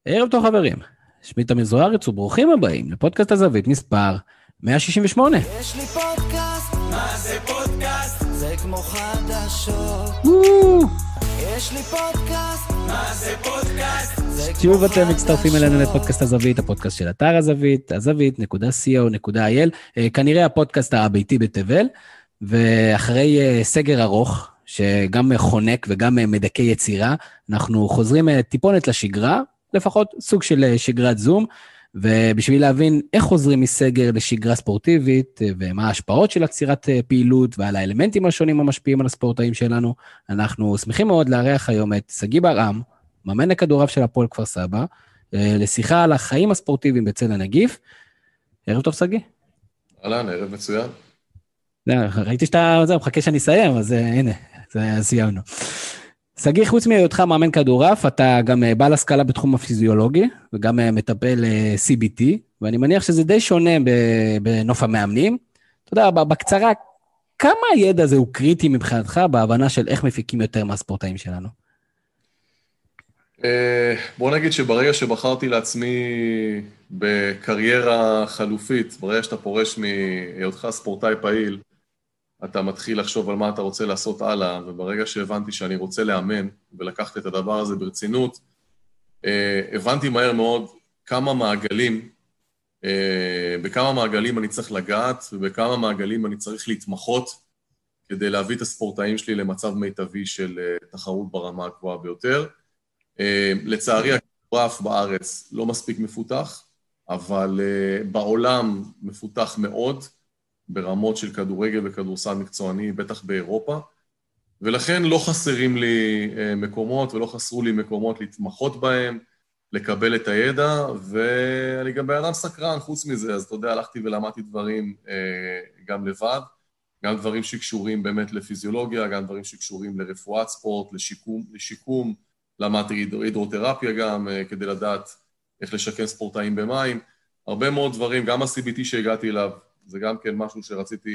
ערב טוב חברים, שמי תמיר זוארץ וברוכים הבאים לפודקאסט הזווית מספר 168. יש לי פודקאסט, מה זה פודקאסט? זה כמו חדשות. יש לי פודקאסט, מה זה פודקאסט? שוב אתם מצטרפים אלינו לפודקאסט הזווית, הפודקאסט של אתר הזווית, הזווית.co.il, כנראה הפודקאסט הביתי בתבל, ואחרי סגר ארוך, שגם חונק וגם מדכא יצירה, אנחנו חוזרים טיפונת לשגרה, לפחות סוג של שגרת זום, ובשביל להבין איך חוזרים מסגר לשגרה ספורטיבית, ומה ההשפעות של עצירת פעילות, ועל האלמנטים השונים המשפיעים על הספורטאים שלנו, אנחנו שמחים מאוד לארח היום את שגיא ברעם, מאמן הכדורעף של הפועל כפר סבא, לשיחה על החיים הספורטיביים בצל הנגיף. ערב טוב שגיא. אהלן, ערב מצוין. ראיתי שאתה מחכה שאני אסיים, אז הנה, סיימנו. שגיא, חוץ מהיותך מאמן כדורעף, אתה גם בעל השכלה בתחום הפיזיולוגי, וגם מטפל CBT, ואני מניח שזה די שונה בנוף המאמנים. אתה יודע, בקצרה, כמה הידע הזה הוא קריטי מבחינתך, בהבנה של איך מפיקים יותר מהספורטאים שלנו? בוא נגיד שברגע שבחרתי לעצמי בקריירה חלופית, ברגע שאתה פורש מהיותך ספורטאי פעיל, אתה מתחיל לחשוב על מה אתה רוצה לעשות הלאה, וברגע שהבנתי שאני רוצה לאמן ולקחת את הדבר הזה ברצינות, הבנתי מהר מאוד בכמה מעגלים אני צריך לגעת, ובכמה מעגלים אני צריך להתמחות, כדי להביא את הספורטאים שלי למצב מיטבי של תחרות ברמה הגבוהה ביותר. לצערי, הכדורעף בארץ לא מספיק מפותח, אבל בעולם מפותח מאוד, ברמות של כדורגל וכדורסל מקצועני, בטח באירופה, ולכן לא חסרים לי מקומות, ולא חסרו לי מקומות להתמחות בהם, לקבל את הידע, ואני גם באדם סקרן חוץ מזה, אז אתה יודע, הלכתי ולמדתי דברים גם לבד, גם דברים שקשורים באמת לפיזיולוגיה, גם דברים שקשורים לרפואת ספורט, לשיקום, למדתי הידרותרפיה גם, כדי לדעת איך לשקם ספורטאים במים, הרבה מאוד דברים, גם ה-CBT שהגעתי אליו, זה גם כן משהו שרציתי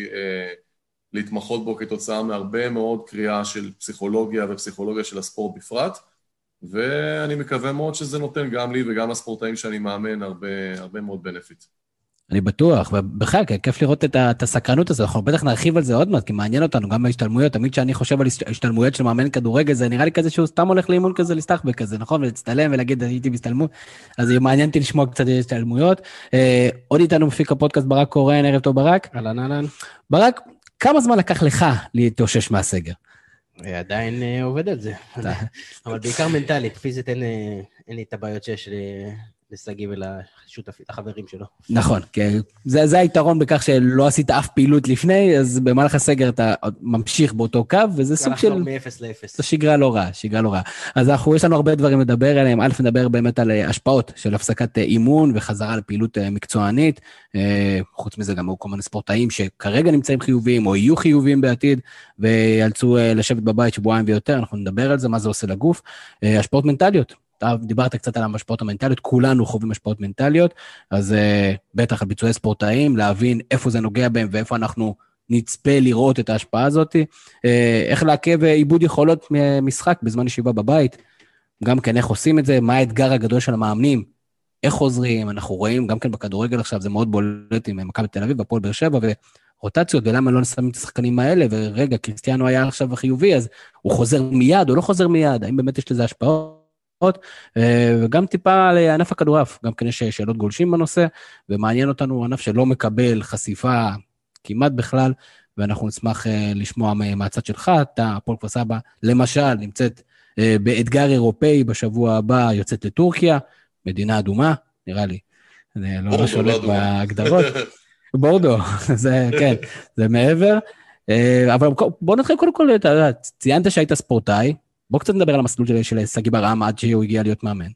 להתמחות בו כתוצאה מהרבה מאוד קריאה של פסיכולוגיה ופסיכולוגיה של הספורט בפרט, ואני מקווה מאוד שזה נותן גם לי וגם לספורטאים שאני מאמן הרבה מאוד בנפיט. אני בטוח, ובכלל, כיף לראות את הסקרנות הזו, אנחנו בטח נרחיב על זה עוד מעט, כי מעניין אותנו גם בהשתלמויות, תמיד שאני חושב על השתלמויות של מאמן כדורגל, זה נראה לי כזה שהוא סתם הולך לאימון כזה, להסתחבק כזה, נכון? ולהצטלם ולהגיד, הייתי בהשתלמות, אז מעניין אותי לשמוע קצת השתלמויות. עוד איתנו מפיק הפודקאסט ברק קורן, ערב טוב ברק. אהלן, אהלן. ברק, כמה זמן לקח לך להתאושש מהסגר? עדיין עובד על זה, אבל בעיקר מנטלית, פיזית אין לי את הבעיות שיש לשגיא ולחברים שלו. נכון, זה היתרון בכך שלא עשית אף פעילות לפני, אז במהלך הסגר אתה ממשיך באותו קו, וזה סוג של... מ-0 ל-0. זו שגרה לא רע. אז יש לנו הרבה דברים לדבר עליהם, א' נדבר באמת על השפעות של הפסקת אימון וחזרה לפעילות מקצוענית, חוץ מזה גם כל מיני ספורטאים שכרגע נמצאים חיוביים או יהיו חיוביים בעתיד, ויאלצו לשבת בבית שבועיים ויותר, אנחנו נדבר על זה, מה זה עושה לגוף, השפעות מנטליות. אתה דיברת קצת על המשפעות המנטליות, כולנו חווים השפעות מנטליות, אז בטח על ביצועי ספורטאים, להבין איפה זה נוגע בהם, ואיפה אנחנו נצפה לראות את ההשפעה הזאת, איך לעכב עיבוד יכולות משחק בזמן ישיבה בבית, גם כן איך עושים את זה, מה האתגר הגדול של המאמנים, איך חוזרים, אנחנו רואים גם כן בכדורגל עכשיו, זה מאוד בולט עם מכבי תל אביב, הפועל באר שבע, ורוטציות, ולמה לא נסמים את השחקנים האלה, ורגע, קריסטיאנו היה עכשיו חיובי, אז הוא חוזר מיד או לא חוזר מיד, האם באמת יש לזה השפעות? וגם טיפה על ענף הכדורעף, גם כן יש שאלות גולשים בנושא, ומעניין אותנו ענף שלא מקבל חשיפה כמעט בכלל, ואנחנו נשמח לשמוע מהצד שלך, אתה, הפועל כפר סבא, למשל, נמצאת באתגר אירופאי, בשבוע הבא יוצאת לטורקיה, מדינה אדומה, נראה לי, אני לא שולט בהגדרות, בורדו, זה כן, זה מעבר, אבל בוא נתחיל קודם כל, ציינת שהיית ספורטאי, בוא קצת נדבר על המסלול של שגיא ברעם עד שהוא הגיע להיות מאמן.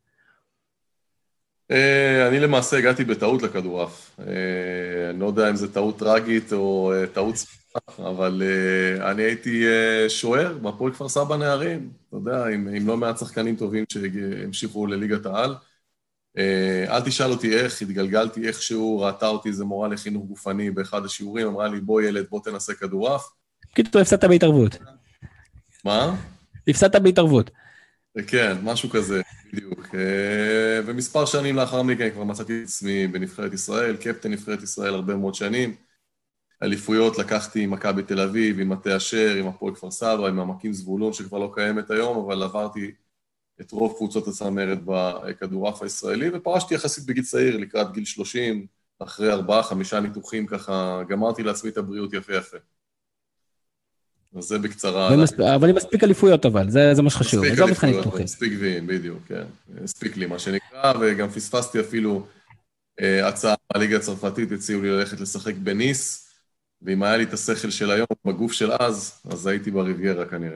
אני למעשה הגעתי בטעות לכדורעף. אני לא יודע אם זה טעות טרגית או טעות ספורט, אבל אני הייתי שוער בהפועל כפר סבא נערים, אתה יודע, עם לא מעט שחקנים טובים שהמשיכו לליגת העל. אל תשאל אותי איך, התגלגלתי איכשהו, ראתה אותי איזה מורה לחינוך גופני באחד השיעורים, אמרה לי בוא ילד, בוא תנסה כדורעף. כאילו הפסדת בהתערבות. מה? הפסדת בהתערבות. כן, משהו כזה, בדיוק. ומספר שנים לאחר מכן כבר מצאתי את עצמי בנבחרת ישראל, קפטן נבחרת ישראל הרבה מאוד שנים. אליפויות לקחתי עם מכבי תל אביב, עם מטה אשר, עם הפועל כפר סבא, עם העמקים זבולון שכבר לא קיימת היום, אבל עברתי את רוב קבוצות הצמרת בכדורעף הישראלי, ופרשתי יחסית בגיל צעיר, לקראת גיל 30, אחרי 4-5 ניתוחים, ככה גמרתי לעצמי את הבריאות יפה יפה. אז זה בקצרה. אבל עם מספיק אליפויות אבל, זה מה שחשוב. מספיק אליפויות, מספיק גביעים, בדיוק, כן. מספיק לי מה שנקרא, וגם פספסתי אפילו הצעה בליגה הצרפתית, הציעו לי ללכת לשחק בניס, ואם היה לי את השכל של היום, בגוף של אז הייתי בריביירה כנראה.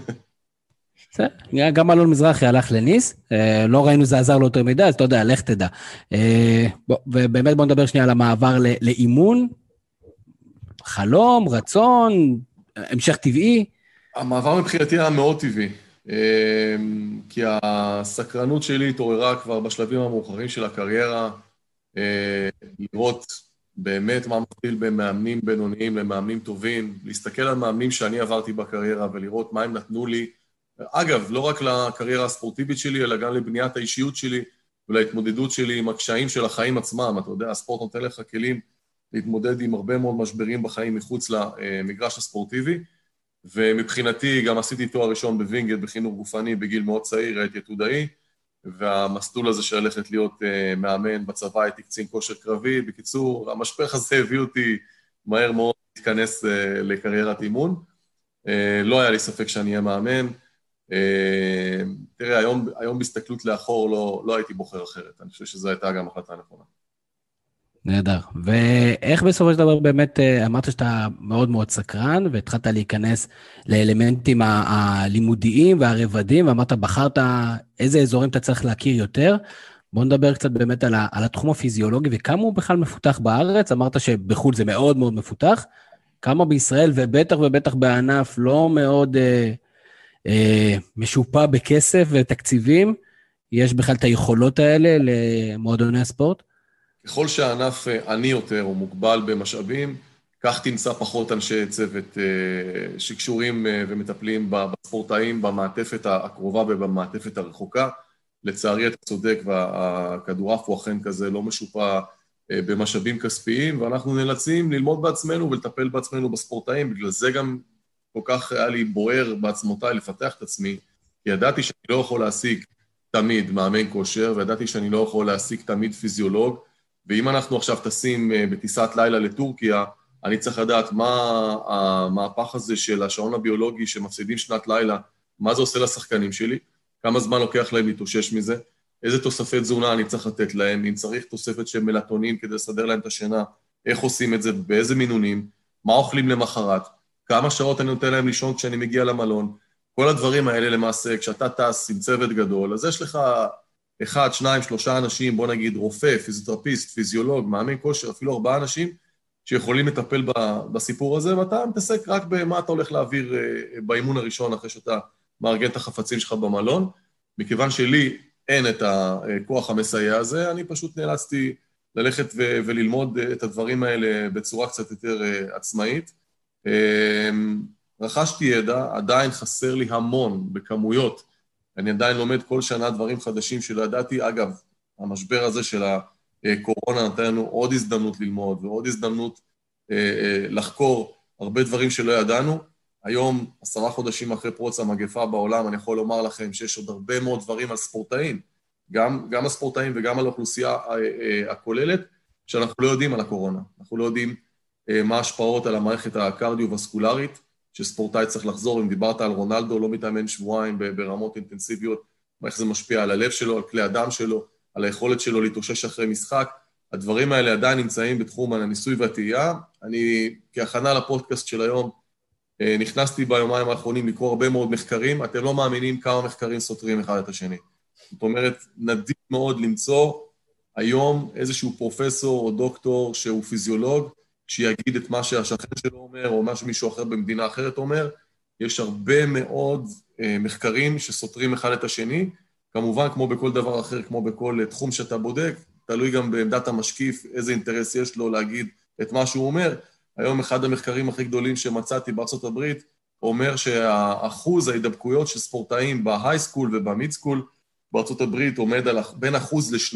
גם אלון מזרחי הלך לניס, לא ראינו זה עזר לו יותר מידע, אז אתה יודע, לך תדע. ובאמת בוא נדבר שנייה על המעבר לאימון, חלום, רצון, המשך טבעי. המעבר מבחינתי היה מאוד טבעי, כי הסקרנות שלי התעוררה כבר בשלבים המאוחרים של הקריירה, לראות באמת מה מבדיל בין מאמנים בינוניים למאמנים טובים, להסתכל על מאמנים שאני עברתי בקריירה ולראות מה הם נתנו לי, אגב, לא רק לקריירה הספורטיבית שלי, אלא גם לבניית האישיות שלי ולהתמודדות שלי עם הקשיים של החיים עצמם. אתה יודע, הספורט נותן לך כלים להתמודד עם הרבה מאוד משברים בחיים מחוץ למגרש הספורטיבי, ומבחינתי גם עשיתי תואר ראשון בווינגייט בחינוך גופני בגיל מאוד צעיר, הייתי עתודאי, והמסלול הזה של ללכת להיות מאמן בצבא, הייתי קצין כושר קרבי. בקיצור, המשפך הזה הביא אותי מהר מאוד להתכנס לקריירת אימון. לא היה לי ספק שאני אהיה מאמן. תראה, היום בהסתכלות לאחור לא הייתי בוחר אחרת. אני חושב שזו הייתה גם החלטה נכונה. נהדר. ואיך בסופו של דבר באמת, אמרת שאתה מאוד מאוד סקרן, והתחלת להיכנס לאלמנטים הלימודיים והרבדים, ואמרת, בחרת איזה אזורים אתה צריך להכיר יותר. בוא נדבר קצת באמת על התחום הפיזיולוגי, וכמה הוא בכלל מפותח בארץ. אמרת שבחו"ל זה מאוד מאוד מפותח. כמה בישראל, ובטח בענף לא מאוד משופע בכסף ותקציבים, יש בכלל את היכולות האלה למועדוני הספורט? ככל שהענף עני יותר או מוגבל במשאבים, כך תמצא פחות אנשי צוות שקשורים ומטפלים בספורטאים במעטפת הקרובה ובמעטפת הרחוקה. לצערי אתה צודק, והכדורעף הוא אכן כזה לא משופע במשאבים כספיים, ואנחנו נאלצים ללמוד בעצמנו ולטפל בעצמנו בספורטאים. בגלל זה גם כל כך היה לי בוער בעצמותיי לפתח את עצמי, כי ידעתי שאני לא יכול להשיג תמיד מאמן כושר, וידעתי שאני לא יכול להשיג תמיד פיזיולוג, ואם אנחנו עכשיו טסים בטיסת לילה לטורקיה, אני צריך לדעת מה המהפך הזה של השעון הביולוגי שמפסידים שנת לילה, מה זה עושה לשחקנים שלי, כמה זמן לוקח להם להתאושש מזה, איזה תוספי תזונה אני צריך לתת להם, אם צריך תוספת של מלטונין כדי לסדר להם את השינה, איך עושים את זה, באיזה מינונים, מה אוכלים למחרת, כמה שעות אני נותן להם לישון כשאני מגיע למלון. כל הדברים האלה למעשה, כשאתה טס עם צוות גדול, אז יש לך 1, 2, 3 אנשים, בוא נגיד רופא, פיזיותרפיסט, פיזיולוג, מאמן כושר, אפילו 4 אנשים שיכולים לטפל בסיפור הזה, ואתה מתעסק רק במה אתה הולך להעביר באימון הראשון אחרי שאתה מארגן את החפצים שלך במלון. מכיוון שלי אין את הכוח המסייע הזה, אני פשוט נאלצתי ללכת וללמוד את הדברים האלה בצורה קצת יותר עצמאית. רכשתי ידע, עדיין חסר לי המון בכמויות, אני עדיין לומד כל שנה דברים חדשים שלא ידעתי. אגב, המשבר הזה של הקורונה נתן לנו עוד הזדמנות ללמוד ועוד הזדמנות לחקור הרבה דברים שלא ידענו. היום, 10 חודשים אחרי פרוץ המגפה בעולם, אני יכול לומר לכם שיש עוד הרבה מאוד דברים על ספורטאים, גם הספורטאים וגם על האוכלוסייה הכוללת, שאנחנו לא יודעים על הקורונה. אנחנו לא יודעים מה ההשפעות על המערכת הקרדיו-וסקולרית, שספורטאי צריך לחזור. אם דיברת על רונלדו, לא מתאמן שבועיים ברמות אינטנסיביות, איך זה משפיע על הלב שלו, על כלי הדם שלו, על היכולת שלו להתאושש אחרי משחק. הדברים האלה עדיין נמצאים בתחום הניסוי והטעייה. אני, כהכנה לפודקאסט של היום, נכנסתי ביומיים האחרונים לקרוא הרבה מאוד מחקרים. אתם לא מאמינים כמה מחקרים סותרים אחד את השני. זאת אומרת, נדיר מאוד למצוא היום איזשהו פרופסור או דוקטור שהוא פיזיולוג, שיגיד את מה שהשכן שלו אומר, או מה שמישהו אחר במדינה אחרת אומר. יש הרבה מאוד מחקרים שסותרים אחד את השני. כמובן, כמו בכל דבר אחר, כמו בכל תחום שאתה בודק, תלוי גם בעמדת המשקיף, איזה אינטרס יש לו להגיד את מה שהוא אומר. היום אחד המחקרים הכי גדולים שמצאתי בארצות הברית, אומר שהאחוז ההידבקויות של ספורטאים בהיי סקול ובמיד סקול בארצות הברית עומד על בין 1% ל2%.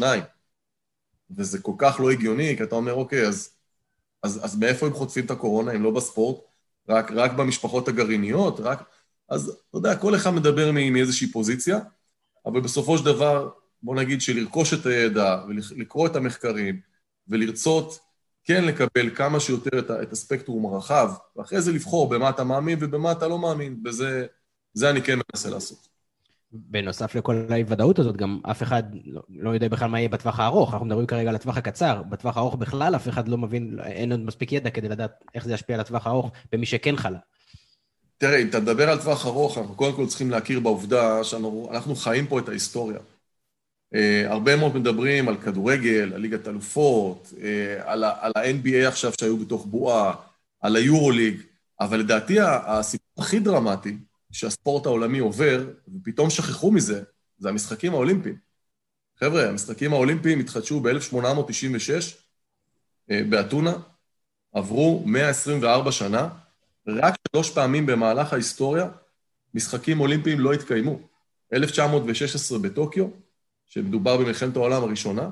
וזה כל כך לא הגיוני, כי אתה אומר, אוקיי, אז מאיפה הם חוטפים את הקורונה, אם לא בספורט? רק במשפחות הגרעיניות? אז אתה יודע, כל אחד מדבר מאיזושהי פוזיציה, אבל בסופו של דבר, בוא נגיד שלרכוש את הידע, ולקרוא את המחקרים, ולרצות כן לקבל כמה שיותר את הספקטרום הרחב, ואחרי זה לבחור במה אתה מאמין ובמה אתה לא מאמין, וזה אני כן מנסה לעשות. בנוסף לכל האי-ודאות הזאת, גם אף אחד לא יודע בכלל מה יהיה בטווח הארוך, אנחנו מדברים כרגע על הטווח הקצר, בטווח הארוך בכלל אף אחד לא מבין, אין עוד מספיק ידע כדי לדעת איך זה ישפיע על הטווח הארוך, במי שכן חלה. תראה, אם אתה מדבר על טווח ארוך, אנחנו קודם כל צריכים להכיר בעובדה שאנחנו חיים פה את ההיסטוריה. הרבה מאוד מדברים על כדורגל, על ליגת אלופות, על ה-NBA עכשיו שהיו בתוך בועה, על היורוליג, אבל לדעתי הסיפור הכי דרמטי שהספורט העולמי עובר, ופתאום שכחו מזה, זה המשחקים האולימפיים. חבר'ה, המשחקים האולימפיים התחדשו ב-1896 באתונה, עברו 124 שנה, רק 3 פעמים במהלך ההיסטוריה, משחקים אולימפיים לא התקיימו. 1916 בטוקיו, שמדובר במלחמת העולם הראשונה,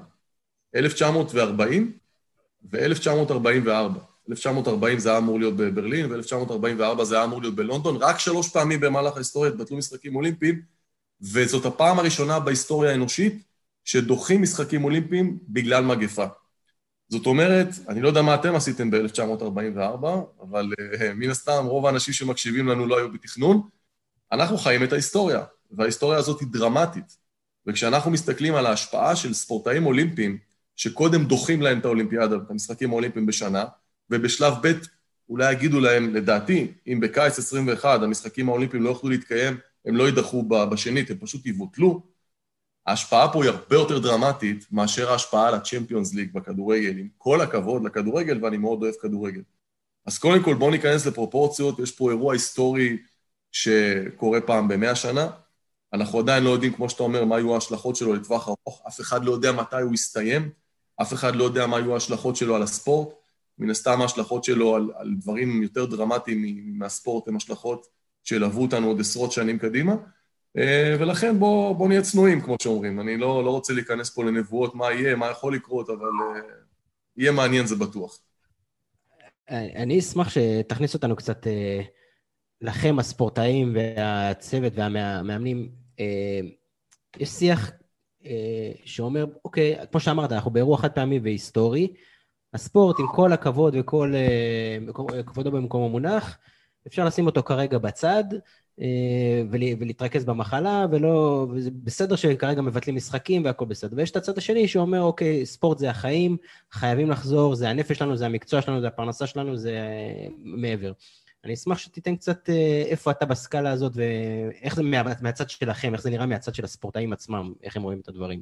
1940 ו-1944. 1940 זה היה אמור להיות בברלין, ו-1944 זה היה אמור להיות בלונדון. רק 3 פעמים במהלך ההיסטוריה התבטלו משחקים אולימפיים, וזאת הפעם הראשונה בהיסטוריה האנושית שדוחים משחקים אולימפיים בגלל מגפה. זאת אומרת, אני לא יודע מה אתם עשיתם ב-1944, אבל מן הסתם רוב האנשים שמקשיבים לנו לא היו בתכנון. אנחנו חיים את ההיסטוריה, וההיסטוריה הזאת היא דרמטית. וכשאנחנו מסתכלים על ההשפעה של ספורטאים אולימפיים, שקודם דוחים להם את האולימפיאדה, את המשחקים האולימפיים בשנה, ובשלב ב' אולי יגידו להם, לדעתי, אם בקיץ 21 המשחקים האולימפיים לא יוכלו להתקיים, הם לא יידחו בשנית, הם פשוט יבוטלו. ההשפעה פה היא הרבה יותר דרמטית מאשר ההשפעה על הצ'מפיונס ליג בכדורגל, עם כל הכבוד לכדורגל, ואני מאוד אוהב כדורגל. אז קודם כל בואו ניכנס לפרופורציות, יש פה אירוע היסטורי שקורה פעם ב100 שנה, אנחנו עדיין לא יודעים, כמו שאתה אומר, מה יהיו ההשלכות שלו לטווח ארוך, אף אחד לא יודע מתי הוא יסתיים, אף אחד לא יודע מה יהיו ההשלכות שלו על הספורט, מן הסתם ההשלכות שלו על דברים יותר דרמטיים מהספורט, הם השלכות שלוו אותנו עוד עשרות שנים קדימה, ולכן בוא נהיה צנועים, כמו שאומרים. אני לא רוצה להיכנס פה לנבואות מה יהיה, מה יכול לקרות, אבל יהיה מעניין, זה בטוח. אני אשמח שתכניס אותנו קצת לכם, הספורטאים והצוות והמאמנים. יש שיח שאומר, אוקיי, כמו שאמרת, אנחנו באירוע חד פעמי והיסטורי, הספורט עם כל הכבוד וכל כבודו במקום המונח, אפשר לשים אותו כרגע בצד, ולהתרכז במחלה, וזה בסדר שכרגע מבטלים משחקים והכל בסדר. ויש את הצד השני שאומר, אוקיי, ספורט זה החיים, חייבים לחזור, זה הנפש שלנו, זה המקצוע שלנו, זה הפרנסה שלנו, זה מעבר. אני אשמח שתיתן קצת איפה אתה בסקאלה הזאת, ואיך זה מהצד שלכם, איך זה נראה מהצד של הספורטאים עצמם, איך הם רואים את הדברים.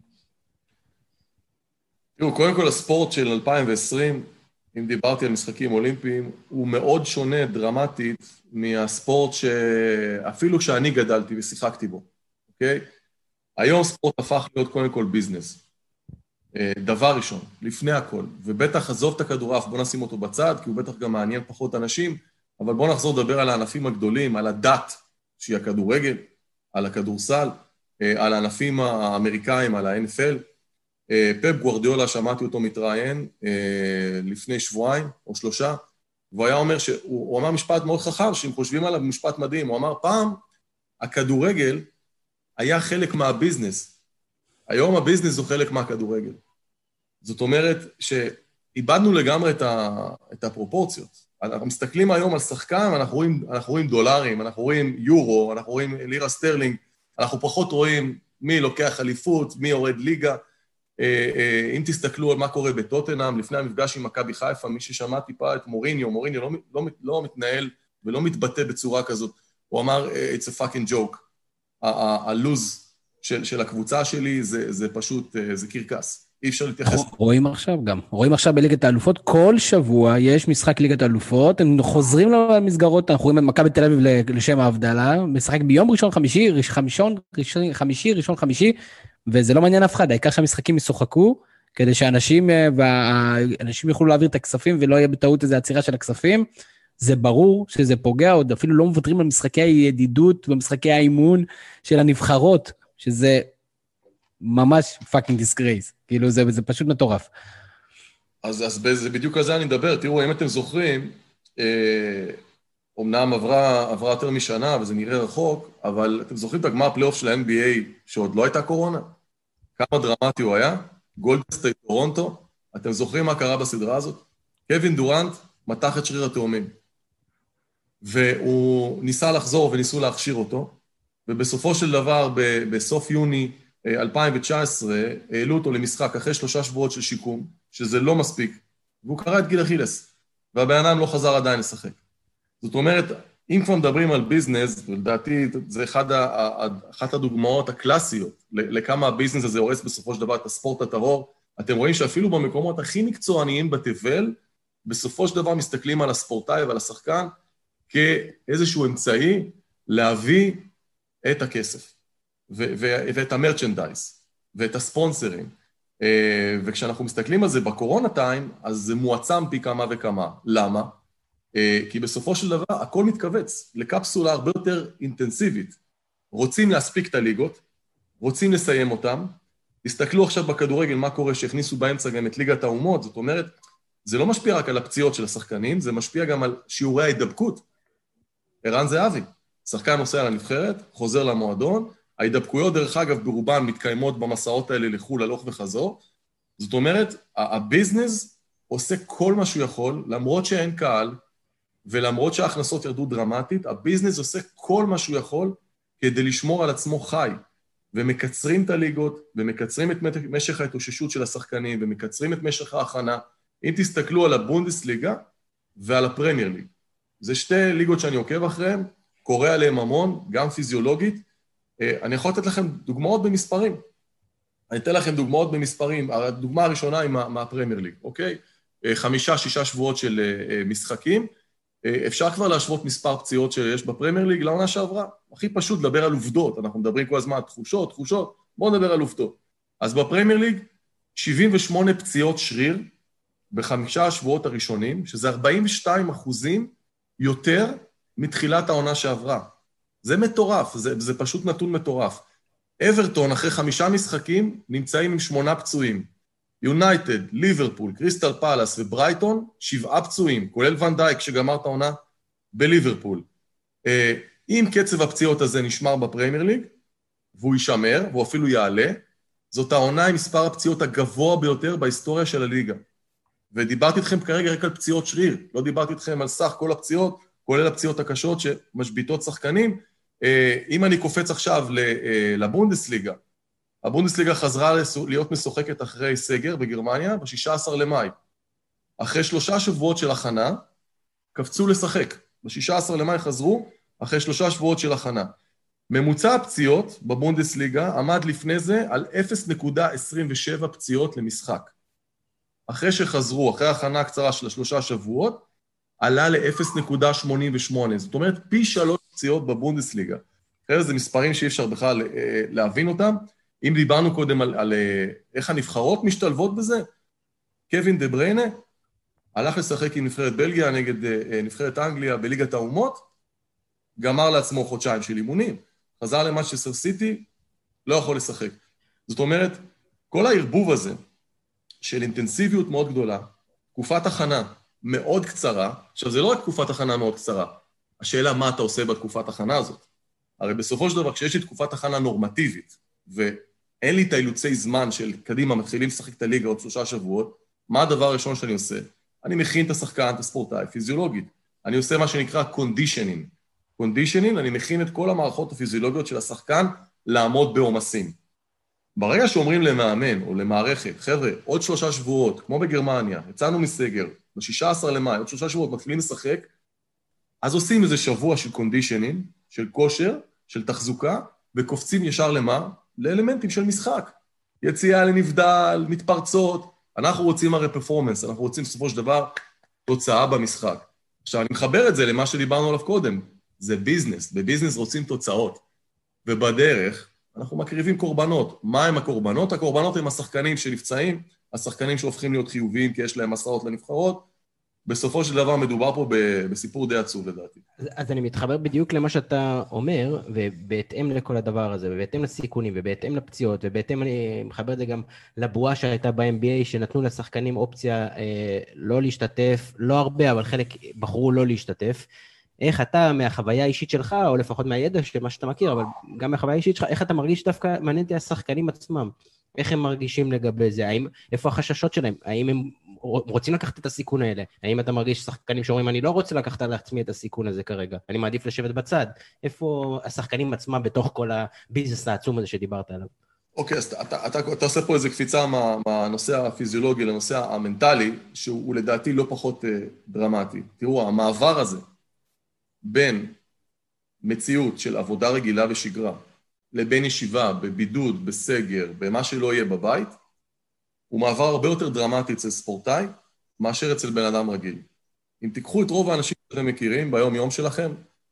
תראו, קודם כל הספורט של 2020, אם דיברתי על משחקים אולימפיים, הוא מאוד שונה דרמטית מהספורט שאפילו שאני גדלתי ושיחקתי בו, אוקיי? היום ספורט הפך להיות קודם כל ביזנס. דבר ראשון, לפני הכל, ובטח עזוב את הכדורעף, בוא נשים אותו בצד, כי הוא בטח גם מעניין פחות אנשים, אבל בוא נחזור לדבר על הענפים הגדולים, על הדת, שהיא הכדורגל, על הכדורסל, על הענפים האמריקאים, על ה-NFL. פפ גוארדיולה, שמעתי אותו מתראיין לפני 2 או 3 שבועות, והוא היה אומר הוא אמר משפט מאוד חכם, שאם חושבים עליו משפט מדהים, הוא אמר, פעם הכדורגל היה חלק מהביזנס, היום הביזנס הוא חלק מהכדורגל. זאת אומרת שאיבדנו לגמרי את הפרופורציות. אנחנו מסתכלים היום על שחקן, אנחנו רואים דולרים, אנחנו רואים יורו, אנחנו רואים לירה סטרלינג, אנחנו פחות רואים מי לוקח אליפות, מי יורד ליגה. אם תסתכלו על מה קורה בטוטנהאם, לפני המפגש עם מכבי חיפה, מי ששמע טיפה את מוריניו לא מתנהל ולא מתבטא בצורה כזאת. הוא אמר, it's a fucking joke. הלוז של הקבוצה שלי זה פשוט, זה קרקס. אי אפשר להתייחס. רואים עכשיו בליגת האלופות, כל שבוע יש משחק ליגת האלופות, הם חוזרים למסגרות, אנחנו רואים את מכבי תל אביב לשם ההבדלה, משחק ביום ראשון חמישי, וזה לא מעניין אף אחד, העיקר שהמשחקים ישוחקו, כדי שאנשים יוכלו להעביר את הכספים, ולא יהיה בטעות איזו עצירה של הכספים, זה ברור שזה פוגע, עוד אפילו לא מוותרים על משחקי הידידות ומשחקי האימון של הנבחרות, שזה ממש fucking disgrace, כאילו זה פשוט מטורף. אז בדיוק על זה אני מדבר, תראו, אם אתם זוכרים, אמנם עברה יותר משנה וזה נראה רחוק, אבל אתם זוכרים את הגמר הפלייאוף של ה-NBA שעוד לא הייתה קורונה? כמה דרמטי הוא היה? גולדן סטייט טורונטו, אתם זוכרים מה קרה בסדרה הזאת? קווין דורנט מתח את שריר התאומים, והוא ניסה לחזור וניסו להכשיר אותו, ובסופו של דבר, בסוף יוני 2019, העלו אותו למשחק אחרי 3 שבועות של שיקום, שזה לא מספיק, והוא קרא את גיל אכילס, והבן אדם לא חזר עדיין לשחק. זאת אומרת, אם כבר מדברים על ביזנס, ולדעתי זה אחת הדוגמאות הקלאסיות, לכמה הביזנס הזה הורס בסופו של דבר את הספורט הטרור, אתם רואים שאפילו במקומות הכי מקצועניים בתבל, בסופו של דבר מסתכלים על הספורטאי ועל השחקן, כאיזשהו אמצעי להביא את הכסף, ואת המרצ'נדייז, ואת הספונסרים. וכשאנחנו מסתכלים על זה בקורונה טיים, אז זה מועצם פי כמה וכמה. למה? כי בסופו של דבר הכל מתכווץ לקפסולה הרבה יותר אינטנסיבית. רוצים להספיק את הליגות, רוצים לסיים אותם, תסתכלו עכשיו בכדורגל מה קורה שהכניסו באמצע גם את ליגת האומות, זאת אומרת, זה לא משפיע רק על הפציעות של השחקנים, זה משפיע גם על שיעורי ההידבקות. ערן זהבי, שחקן נוסע על הנבחרת, חוזר למועדון, ההידבקויות דרך אגב ברובן מתקיימות במסעות האלה לחול הלוך וחזור, זאת אומרת, הביזנס עושה כל מה שהוא יכול, למרות שאין קהל, ולמרות שההכנסות ירדו דרמטית, הביזנס עושה כל מה שהוא יכול כדי לשמור על עצמו חי, ומקצרים את הליגות, ומקצרים את משך ההתאוששות של השחקנים, ומקצרים את משך ההכנה. אם תסתכלו על הבונדסליגה ועל הפרמייר ליג, זה 2 ליגות שאני עוקב אחריהן, קורא עליהן המון, גם פיזיולוגית. אני יכול לתת לכם דוגמאות במספרים. אני אתן לכם דוגמאות במספרים. הדוגמה הראשונה היא מהפרמייר ליג, אוקיי? 5-6 שבועות של משחקים. אפשר כבר להשוות מספר פציעות שיש בפרמייר ליג לעונה שעברה. הכי פשוט לדבר על עובדות. אנחנו מדברים כל הזמן תחושות. בואו נדבר על עובדות. אז בפרמייר ליג, 78 פציעות שריר ב5 השבועות הראשונים, שזה 42% יותר מתחילת העונה שעברה. זה מטורף, זה פשוט נתון מטורף. אברטון, אחרי 5 משחקים, נמצאים עם 8 פצועים. יונייטד, ליברפול, קריסטל פלאס וברייטון, 7 פצועים, כולל ון דייק שגמר את העונה בליברפול. אם קצב הפציעות הזה נשמר בפרמייר ליג, והוא יישמר, והוא אפילו יעלה, זאת העונה עם מספר הפציעות הגבוה ביותר בהיסטוריה של הליגה. ודיברתי איתכם כרגע רק על פציעות שריר, לא דיברתי איתכם על סך כל הפציעות, כולל הפציעות הקשות שמשביתות שחקנים. אם אני קופץ עכשיו לבונדסליגה, הבונדסליגה חזרה להיות משוחקת אחרי סגר בגרמניה, ב-16 למאי. אחרי 3 שבועות של הכנה, קפצו לשחק. ב-16 למאי חזרו, אחרי 3 שבועות של הכנה. ממוצע הפציעות בבונדסליגה עמד לפני זה על 0.27 פציעות למשחק. אחרי שחזרו, אחרי הכנה קצרה של 3 שבועות, עלה ל-0.88. זאת אומרת, פי 3 פציעות בבונדסליגה. אחרי זה מספרים שאי אפשר בכלל להבין אותם. אם דיברנו קודם על איך הנבחרות משתלבות בזה, קווין דה בריינה הלך לשחק עם נבחרת בלגיה נגד נבחרת אנגליה בליגת האומות, גמר לעצמו 2 חודשים של אימונים, חזר למנצ'סטר סיטי, לא יכול לשחק. זאת אומרת, כל הערבוב הזה של אינטנסיביות מאוד גדולה, תקופת הכנה מאוד קצרה, עכשיו זה לא רק תקופת הכנה מאוד קצרה, השאלה מה אתה עושה בתקופת הכנה הזאת. הרי בסופו של דבר, כשיש לי תקופת הכנה נורמטיבית, ואין לי את האילוצי זמן של קדימה, מתחילים לשחק את הליגה עוד 3 שבועות, מה הדבר הראשון שאני עושה? אני מכין את השחקן, את הספורטאי, פיזיולוגית. אני עושה מה שנקרא קונדישנינג. קונדישנינג, אני מכין את כל המערכות הפיזיולוגיות של השחקן לעמוד בעומסים. ברגע שאומרים למאמן או למערכת, חבר'ה, עוד 3 שבועות, כמו בגרמניה, יצאנו מסגר, ב-16 למאי, עוד 3 שבועות, מתחילים לשחק, אז עושים איזה שבוע של קונדישנינג, של כושר, של תחזוקה, וקופצים ישר למה? לאלמנטים של משחק. יציאה לנבדל, מתפרצות. אנחנו רוצים הרי פרפורמנס, אנחנו רוצים בסופו של דבר תוצאה במשחק. עכשיו, אני מחבר את זה למה שדיברנו עליו קודם. זה ביזנס, בביזנס רוצים תוצאות. ובדרך, אנחנו מקריבים קורבנות. מה הם הקורבנות? הקורבנות הם השחקנים שנפצעים, השחקנים שהופכים להיות חיוביים כי יש להם מסעות לנבחרות, בסופו של דבר מדובר פה בסיפור די עצוב לדעתי. אז אני מתחבר בדיוק למה שאתה אומר, ובהתאם לכל הדבר הזה, ובהתאם לסיכונים, ובהתאם לפציעות, ובהתאם אני מחבר את זה גם לבועה שהייתה ב-NBA, שנתנו לשחקנים אופציה לא להשתתף, לא הרבה, אבל חלק בחרו לא להשתתף. איך אתה מהחוויה האישית שלך, או לפחות מהידע של מה שאתה מכיר, אבל גם מהחוויה האישית שלך, איך אתה מרגיש דווקא מעניין אותי השחקנים עצמם? איך הם מרגישים לגבי זה? איפה החששות שלהם? האם הם רוצים לקחת את הסיכון האלה? האם אתה מרגיש שחקנים שאומרים, אני לא רוצה לקחת על עצמי את הסיכון הזה כרגע, אני מעדיף לשבת בצד? איפה השחקנים עצמם בתוך כל הביזנס העצום הזה שדיברת עליו? אוקיי, אז אתה עושה פה איזו קפיצה מהנושא הפיזיולוגי לנושא המנטלי, שהוא לדעתי לא פחות דרמטי. תראו, המעבר הזה בין מציאות של עבודה רגילה ושגרה, לבין ישיבה, בבידוד, בסגר, במה שלא יהיה בבית, הוא מעבר הרבה יותר דרמטי אצל ספורטאי, מאשר אצל בן אדם רגיל. אם תיקחו את רוב האנשים שאתם מכירים ביום יום שלכם,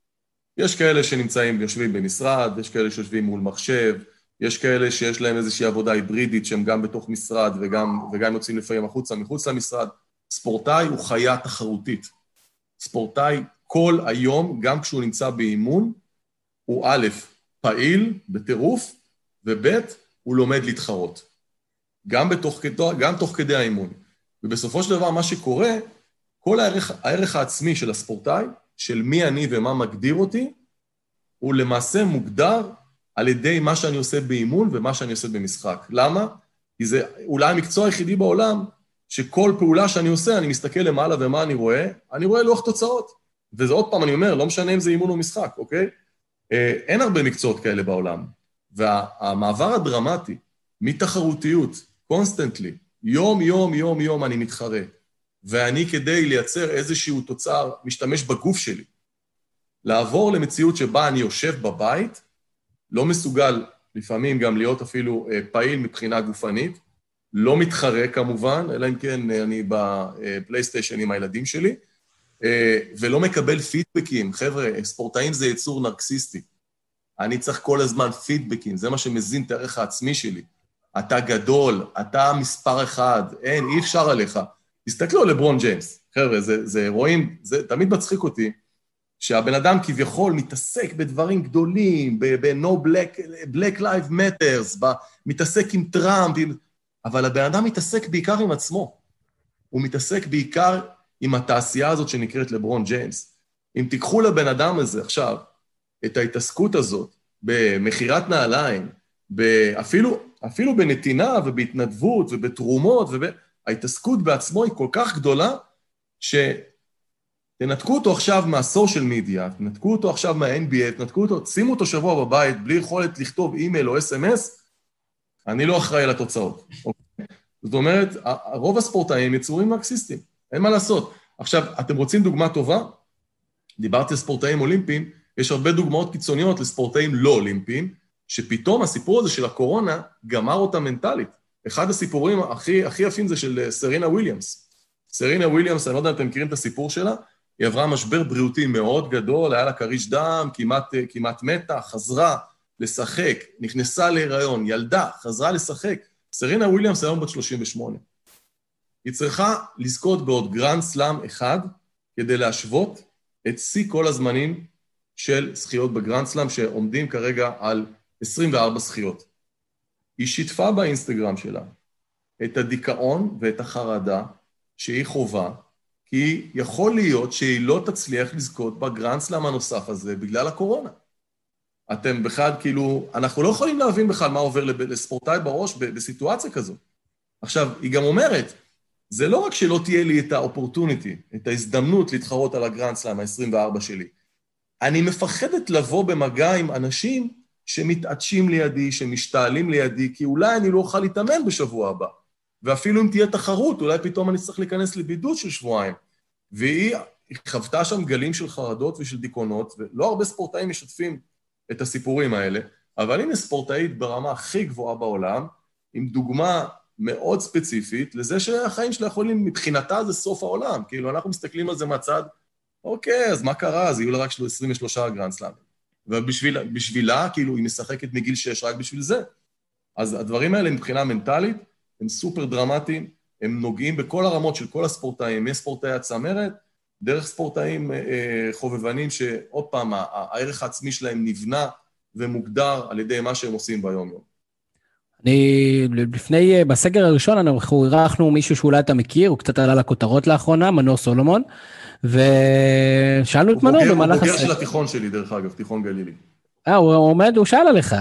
יש כאלה שנמצאים ויושבים במשרד, יש כאלה שיושבים מול מחשב, יש כאלה שיש להם איזושהי עבודה היברידית שהם גם בתוך משרד וגם יוצאים לפעמים מחוץ למשרד. ספורטאי הוא חיה תחרותית. ספורטאי כל היום, גם כשהוא נמצא באימון, הוא א', פעיל, בטירוף, וב', הוא לומד להתחרות. גם תוך כדי האימון. ובסופו של דבר מה שקורה, כל הערך העצמי של הספורטאי, של מי אני ומה מגדיר אותי, הוא למעשה מוגדר על ידי מה שאני עושה באימון ומה שאני עושה במשחק. למה? כי זה אולי המקצוע היחידי בעולם, שכל פעולה שאני עושה, אני מסתכל למעלה ומה אני רואה? אני רואה לוח תוצאות. וזה עוד פעם אני אומר, לא משנה אם זה אימון או משחק, אוקיי? אין הרבה מקצועות כאלה בעולם. והמעבר הדרמטי, מתחרותיות, קונסטנטלי, יום אני מתחרה, ואני כדי לייצר איזשהו תוצר, משתמש בגוף שלי, לעבור למציאות שבה אני יושב בבית, לא מסוגל לפעמים גם להיות אפילו פעיל מבחינה גופנית, לא מתחרה כמובן, אלא אם כן אני בפלייסטיישן עם הילדים שלי, ולא מקבל פידבקים. חבר'ה, ספורטאים זה יצור נרקסיסטי. אני צריך כל הזמן פידבקים, זה מה שמזין את הערך העצמי שלי. אתה גדול, אתה מספר אחד, אי אפשר עליך. תסתכלו על לברון ג'יימס. חבר'ה, רואים, זה תמיד מצחיק אותי, שהבן אדם כביכול מתעסק בדברים גדולים, ב-No Black Lives Matters, מתעסק עם טראמפ, אבל הבן אדם מתעסק בעיקר עם עצמו. הוא מתעסק בעיקר עם התעשייה הזאת שנקראת לברון ג'יימס. אם תיקחו לבן אדם הזה עכשיו, את ההתעסקות הזאת, במחירת נעליים, אפילו בנתינה ובהתנדבות ובתרומות, ההתעסקות בעצמו היא כל כך גדולה, תנתקו אותו עכשיו מהסושיאל מדיה, תנתקו אותו עכשיו מה-NBA, תנתקו אותו, שימו אותו שבוע בבית, בלי יכולת לכתוב אימייל או SMS, אני לא אחראי על התוצאות. זאת אומרת, רוב הספורטאים יצורים נרקסיסטים, אין מה לעשות. עכשיו, אתם רוצים דוגמה טובה? דיברתי על ספורטאים אולימפיים, יש הרבה דוגמאות קיצוניות לספורטאים לא אולימפיים, שפתאום הסיפור הזה של הקורונה גמר אותה מנטלית. אחד הסיפורים הכי יפים זה של סרינה וויליאמס. סרינה וויליאמס, אני לא יודע אם אתם מכירים את הסיפור שלה, היא עברה משבר בריאותי מאוד גדול, היה לה קריש דם, כמעט מתה, חזרה לשחק, נכנסה להיריון, ילדה, חזרה לשחק. סרינה וויליאמס היום בת 38. היא צריכה לזכות בעוד גרנד סלאם אחד, כדי להשוות את שיא כל הזמנים של זכיות בגרנד סלאם, שעומדים כרגע על 24 זכיות. היא שיתפה באינסטגרם שלה את הדיכאון ואת החרדה שהיא חובה, כי יכול להיות שהיא לא תצליח לזכות בגרנד סלאם הנוסף הזה בגלל הקורונה. אתם בכלל כאילו, אנחנו לא יכולים להבין בכלל מה עובר לספורטאי בראש בסיטואציה כזו. עכשיו, היא גם אומרת, זה לא רק שלא תהיה לי את האופורטוניטי, את ההזדמנות להתחרות על הגרנד סלאם ה-24 שלי, אני מפחדת לבוא במגע עם אנשים שמתעטשים לידי, שמשתעלים לידי, כי אולי אני לא אוכל להתאמן בשבוע הבא. ואפילו אם תהיה תחרות, אולי פתאום אני צריך להיכנס לבידוד של שבועיים. והיא חוותה שם גלים של חרדות ושל דיכאונות, ולא הרבה ספורטאים משתפים את הסיפורים האלה, אבל הנה ספורטאית ברמה הכי גבוהה בעולם, עם דוגמה מאוד ספציפית, לזה שהחיים שלה יכולים, מבחינתה זה סוף העולם. כאילו, אנחנו מסתכלים על זה מהצד, אוקיי, אז מה קרה? אז יהיו לה רק 23 גרנד סלאם. ובשבילה, כאילו, היא משחקת מגיל 6 רק בשביל זה. אז הדברים האלה מבחינה מנטלית, הם סופר דרמטיים, הם נוגעים בכל הרמות של כל הספורטאים, מספורטאי הצמרת, דרך ספורטאים חובבנים שעוד פעם, הערך העצמי שלהם נבנה ומוגדר על ידי מה שהם עושים ביום-יום. בסגר הראשון אנחנו אירחנו מישהו שאולי אתה מכיר, הוא קצת עלה לכותרות לאחרונה, מנור סולומון, ושאלנו את מנור במהלך הסגר. הוא בוגר של התיכון שלי, דרך אגב, תיכון גלילי. הוא שאל עליך.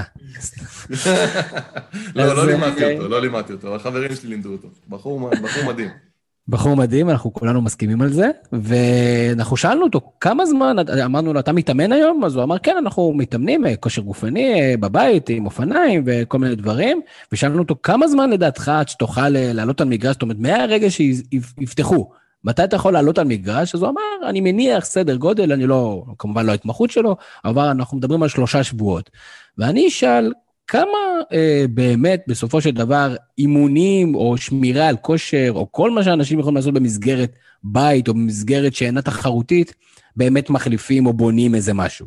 לא לימדתי אותו, החברים שלי לימדו אותו. בחור מדהים. בחור מדהים, אנחנו כולנו מסכימים על זה, ואנחנו שאלנו אותו, כמה זמן, אמרנו לו, אתה מתאמן היום? אז הוא אמר, כן, אנחנו מתאמנים, כושר גופני, בבית, עם אופניים וכל מיני דברים, ושאלנו אותו, כמה זמן לדעתך עד שתוכל לעלות על מגרש? זאת אומרת, מהרגע שיפתחו, מתי אתה יכול לעלות על מגרש? אז הוא אמר, אני מניח סדר גודל, אני לא, כמובן לא התמחות שלו, אבל אנחנו מדברים על 3 שבועות. ואני אשאל, כמה באמת בסופו של דבר אימונים או שמירה על כושר או כל מה שאנשים יכולים לעשות במסגרת בית או במסגרת שאינה תחרותית, באמת מחליפים או בונים איזה משהו?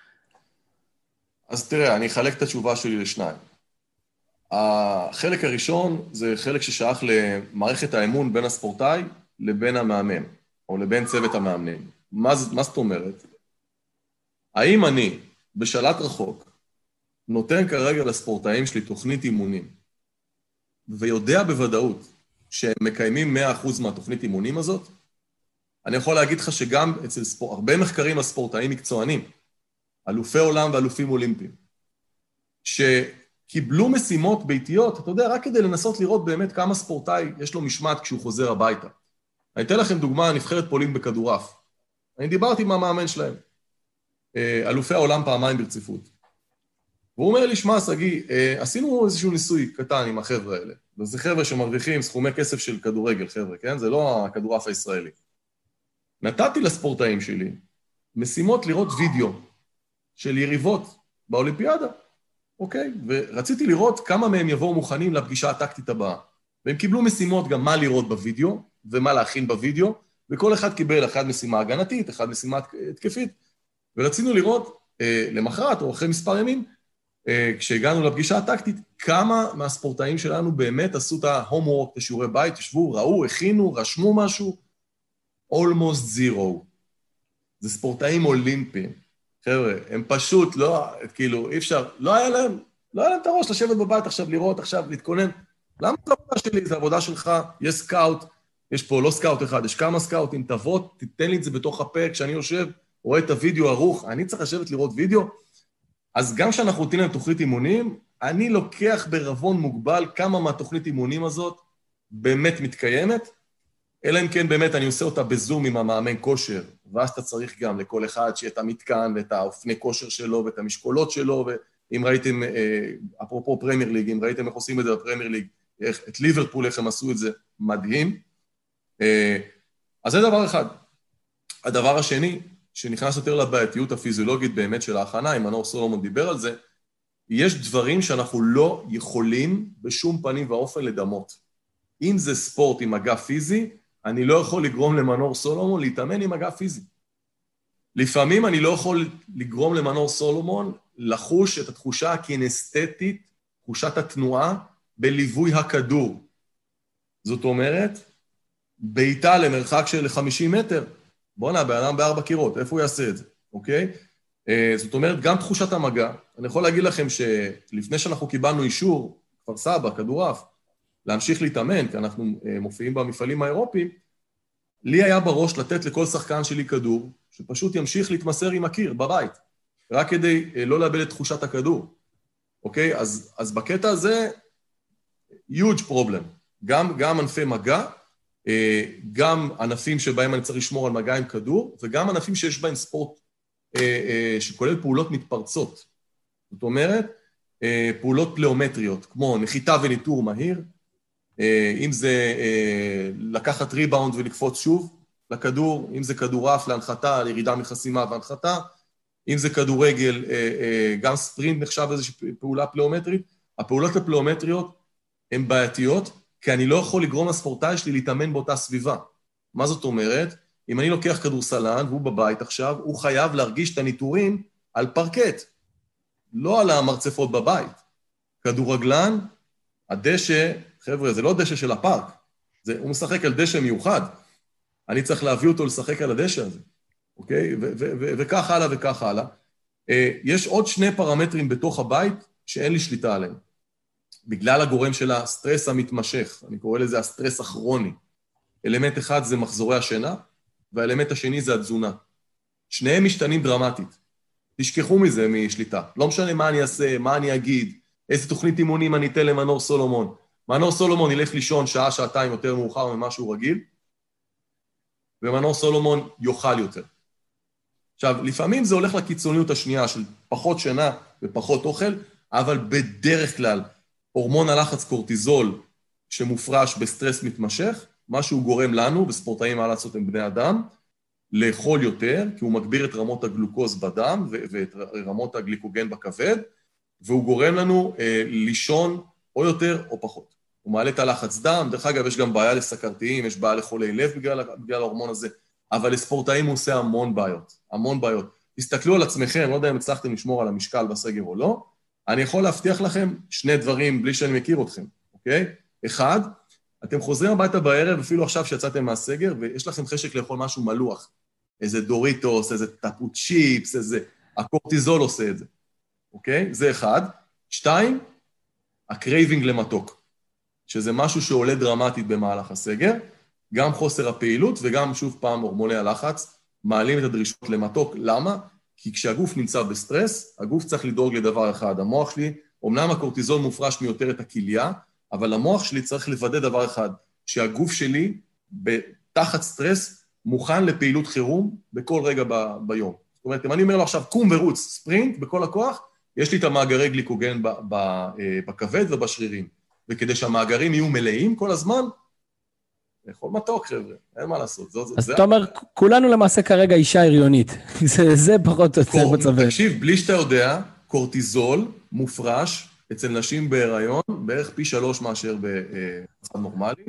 אז תראה, אני אחלק את התשובה שלי לשניים. החלק הראשון זה חלק ששייך למערכת האמון בין הספורטאי לבין המאמן, או לבין צוות המאמנים. מה זאת אומרת? האם אני בשלט רחוק נותן כרגע לספורטאים שלי תוכנית אימונים, ויודע בוודאות שהם מקיימים 100% מהתוכנית אימונים הזאת? אני יכול להגיד לך שגם אצל הרבה מחקרים הספורטאים מקצוענים, אלופי עולם ואלופים אולימפיים, שקיבלו משימות ביתיות, אתה יודע, רק כדי לנסות לראות באמת כמה ספורטאי יש לו משמעת כשהוא חוזר הביתה. אני אתן לכם דוגמה, נבחרת פולין בכדורעף. אני דיברתי עם המאמן שלהם, אלופי העולם פעמיים ברציפות. והוא אומר לי, שמע, סגי, עשינו איזשהו ניסוי קטן עם החבר'ה האלה. וזה חבר'ה שמרוויחים סכומי כסף של כדורגל, חבר'ה, כן? זה לא הכדורעף הישראלי. נתתי לספורטאים שלי משימות לראות וידאו של יריבות באולימפיאדה, אוקיי? ורציתי לראות כמה מהם יבואו מוכנים לפגישה הטקטית הבאה. והם קיבלו משימות גם מה לראות בוידאו, ומה להכין בוידאו, וכל אחד קיבל אחד משימה הגנתית, אחד משימה התקפית, ורצינו לראות למחרת או אחרי מספר ימים, כשהגענו לפגישה הטקטית, כמה מהספורטאים שלנו באמת עשו את ההומוורק, את השיעורי בית, ישבו, ראו, הכינו, רשמו משהו, almost zero. זה ספורטאים אולימפיים. חבר'ה, הם פשוט לא, כאילו, אי אפשר, לא היה להם את הראש לשבת בבית עכשיו, לראות עכשיו, להתכונן. למה זה עבודה שלי? זה עבודה שלך, יש סקאוט, יש פה לא סקאוט אחד, יש כמה סקאוטים, תבוא, תיתן לי את זה בתוך הפה, כשאני יושב, רואה את הוידאו ערוך, אני צריך לשבת לראות וידאו, אז גם כשאנחנו נותנים להם תוכנית אימונים, אני לוקח ברבון מוגבל כמה מהתוכנית אימונים הזאת באמת מתקיימת, אלא אם כן באמת אני עושה אותה בזום עם המאמן כושר, ואז אתה צריך גם לכל אחד שיהיה את המתקן ואת האופני כושר שלו ואת המשקולות שלו, ואם ראיתם, אפרופו פרמייר ליג, אם ראיתם איך עושים את זה בפרמייר ליג, את ליברפול, איך הם עשו את זה, מדהים. אז זה דבר אחד. הדבר השני, שנכנס יותר לבעייתיות הפיזיולוגית באמת של ההכנה, אם מנור סולומון דיבר על זה, יש דברים שאנחנו לא יכולים בשום פנים ואופן לדמות. אם זה ספורט עם מגע פיזי, אני לא יכול לגרום למנור סולומון להתאמן עם מגע פיזי. לפעמים אני לא יכול לגרום למנור סולומון לחוש את התחושה הקינסתטית, תחושת התנועה, בליווי הכדור. זאת אומרת, בעיטה למרחק של 50 מטר, בוא נע, באדם ב4 קירות, איפה הוא יעשה את זה, אוקיי? זאת אומרת, גם תחושת המגע, אני יכול להגיד לכם שלפני שאנחנו קיבלנו אישור, כפר סבא, כדורעף, להמשיך להתאמן, כי אנחנו מופיעים במפעלים האירופיים, לי היה בראש לתת לכל שחקן שלי כדור, שפשוט ימשיך להתמסר עם הקיר בבית, רק כדי לא לאבד את תחושת הכדור, אוקיי? אז בקטע הזה, huge problem, גם ענפי מגע, גם ענפים שבהם אני צריך לשמור על מגע עם כדור, וגם ענפים שיש בהם ספורט שכולל פעולות מתפרצות. זאת אומרת, פעולות פלאומטריות, כמו נחיתה וניטור מהיר, אם זה לקחת ריבאונד ולקפוץ שוב לכדור, אם זה כדורעף להנחתה, לירידה מחסימה והנחתה, אם זה כדורגל, גם ספרינט נחשב איזושהי פעולה פלאומטרית, הפעולות הפלאומטריות הן בעייתיות, כי אני לא יכול לגרום לספורטאי שלי להתאמן באותה סביבה. מה זאת אומרת? אם אני לוקח כדורסלן והוא בבית עכשיו, הוא חייב להרגיש את הניטורים על פרקט, לא על המרצפות בבית. כדורגלן, הדשא, חבר'ה, זה לא דשא של הפארק, הוא משחק על דשא מיוחד, אני צריך להביא אותו לשחק על הדשא הזה, אוקיי? וכך הלאה וכך הלאה. יש עוד 2 פרמטרים בתוך הבית שאין לי שליטה עליהם. בגלל הגורם של הסטרס המתמשך, אני קורא לזה הסטרס הכרוני. אלמנט אחד זה מחזורי השינה, והאלמנט השני זה התזונה. שניהם משתנים דרמטית. תשכחו מזה משליטה. לא משנה מה אני אעשה, מה אני אגיד, איזה תוכנית אימונים אני אתן למנור סולומון. מנור סולומון ילך לישון שעה, שעתיים יותר מאוחר ממה שהוא רגיל, ומנור סולומון יאכל יותר. עכשיו, לפעמים זה הולך לקיצוניות השנייה של פחות שינה ופחות אוכל, אבל בדרך כלל, הורמון הלחץ קורטיזול שמופרש בסטרס מתמשך, מה שהוא גורם לנו, בספורטאים מה לעשות עם בני אדם, לאכול יותר, כי הוא מגביר את רמות הגלוקוז בדם ואת רמות הגליקוגן בכבד, והוא גורם לנו לישון או יותר או פחות. הוא מעלה את הלחץ דם, דרך אגב יש גם בעיה לסכרתיים, יש בעיה לחולי לב בגלל ההורמון הזה, אבל לספורטאים הוא עושה המון בעיות, המון בעיות. תסתכלו על עצמכם, לא יודע אם הצלחתם לשמור על המשקל בסגר או לא, אני יכול להבטיח לכם 2 דברים בלי שאני מכיר אתכם, אוקיי? 1, אתם חוזרים הביתה בערב, אפילו עכשיו שיצאתם מהסגר, ויש לכם חשק לאכול משהו מלוח, איזה דוריטוס, איזה טפות צ'יפס, איזה... הקורטיזול עושה את זה, אוקיי? זה 1. 2, הקרייבינג למתוק, שזה משהו שעולה דרמטית במהלך הסגר, גם חוסר הפעילות וגם שוב פעם הורמוני הלחץ, מעלים את הדרישות למתוק. למה? כי כשהגוף נמצא בסטרס, הגוף צריך לדאוג לדבר אחד. המוח שלי, אמנם הקורטיזול מופרש מיותר את הכליה, אבל המוח שלי צריך לוודא דבר אחד, שהגוף שלי, תחת סטרס, מוכן לפעילות חירום בכל רגע ביום. זאת אומרת, אם אני אומר לו עכשיו, קום ורוץ, ספרינט בכל הכוח, יש לי את המאגרי גליקוגן בכבד ובשרירים. וכדי שהמאגרים יהיו מלאים כל הזמן, לאכול מתוק, חבר'ה, אין מה לעשות. אז אתה אומר, כולנו למעשה כרגע אישה הריונית. זה פחות או יותר מצבנו. תקשיב, בלי שאתה יודע, קורטיזול מופרש אצל נשים בהיריון, בערך פי 3 מאשר במצב נורמלי,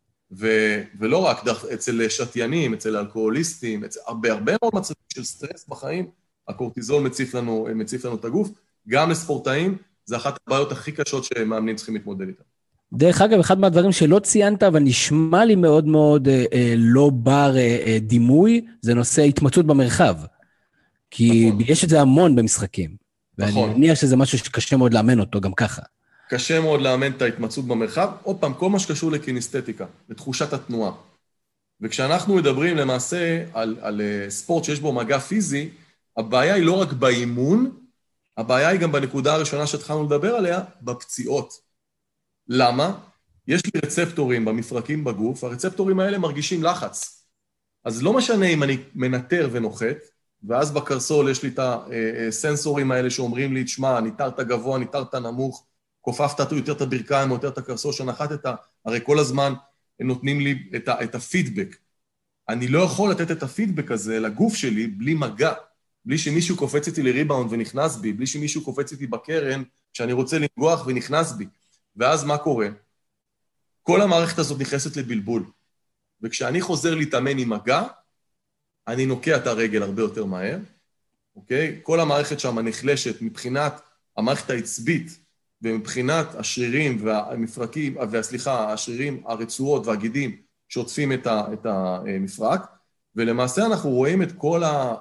ולא רק אצל שתיינים, אצל אלכוהוליסטים, בהרבה מאוד מצבים של סטרס בחיים, הקורטיזול מציף לנו את הגוף, גם לספורטאים, זה אחת הבעיות הכי קשות שמאמנים צריכים להתמודד איתן. דרך אגב, אחד מהדברים שלא ציינת, אבל נשמע לי מאוד מאוד לא בר דימוי, זה נושא התמצאות במרחב. כי נכון. יש את זה המון במשחקים. נכון. ואני מניח שזה משהו שקשה מאוד לאמן אותו גם ככה. קשה מאוד לאמן את ההתמצאות במרחב. עוד פעם, כל מה שקשור לקינסתטיקה, לתחושת התנועה. וכשאנחנו מדברים למעשה על ספורט שיש בו מגע פיזי, הבעיה היא לא רק באימון, הבעיה היא גם בנקודה הראשונה שהתחלנו לדבר עליה, בפציעות. למה? יש לי רצפטורים במפרקים בגוף, הרצפטורים האלה מרגישים לחץ. אז לא משנה אם אני מנטר ונוחת, ואז בקרסול יש לי את הסנסורים האלה שאומרים לי, תשמע, ניתרת גבוה, ניתרת נמוך, כופפת יותר את הברכיים או יותר את הקרסול שנחתת, הרי כל הזמן נותנים לי את הפידבק. אני לא יכול לתת את הפידבק הזה לגוף שלי בלי מגע, בלי שמישהו קופץ איתי לריבאונד ונכנס בי, בלי שמישהו קופץ איתי בקרן שאני רוצה לנגוח ונכנס בי. ואז מה קורה? כל המערכת הזאת נכנסת לבלבול. וכשאני חוזר להתאמן עם מגע, אני נוקע את הרגל הרבה יותר מהר, אוקיי? כל המערכת שם נחלשת מבחינת המערכת העצבית, ומבחינת השרירים והמפרקים, השרירים, הרצועות והגידים שעוטפים את המפרק, ולמעשה אנחנו רואים את כל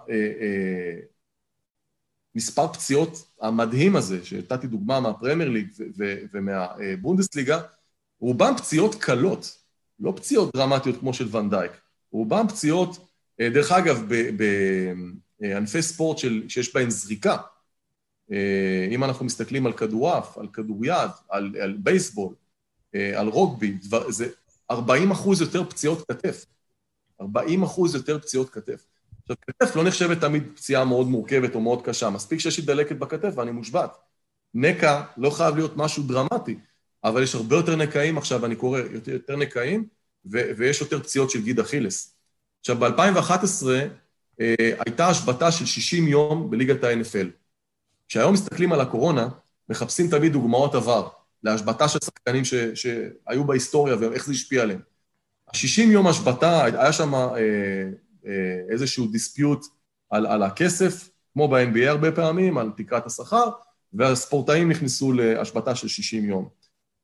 מספר פציעות המדהים הזה, שנתתי דוגמה מהפרמייר ליג ומהבונדסליגה, רובם פציעות קלות, לא פציעות דרמטיות כמו של ון דייק, רובם פציעות, דרך אגב, בענפי ספורט שיש בהן זריקה, אם אנחנו מסתכלים על כדורעף, על כדוריד, על בייסבול, על רוגבי, זה 40% יותר פציעות כתף. 40% יותר פציעות כתף. עכשיו, כתף לא נחשבת תמיד פציעה מאוד מורכבת או מאוד קשה, מספיק שיש לי דלקת בכתף ואני מושבת. נקע לא חייב להיות משהו דרמטי, אבל יש הרבה יותר נקעים עכשיו, אני קורא יותר נקעים, ויש יותר פציעות של גיד אכילס. עכשיו, ב-2011 הייתה השבתה של 60 יום בליגת ה-NFL. כשהיום מסתכלים על הקורונה, מחפשים תמיד דוגמאות עבר, להשבתה של שחקנים שהיו בהיסטוריה ואיך זה השפיע עליהם. ה-60 יום השבתה, היה שם איזשהו דיספיוט על הכסף, כמו ב-NBA הרבה פעמים, על תקרת השכר, והספורטאים נכנסו להשבתה של 60 יום.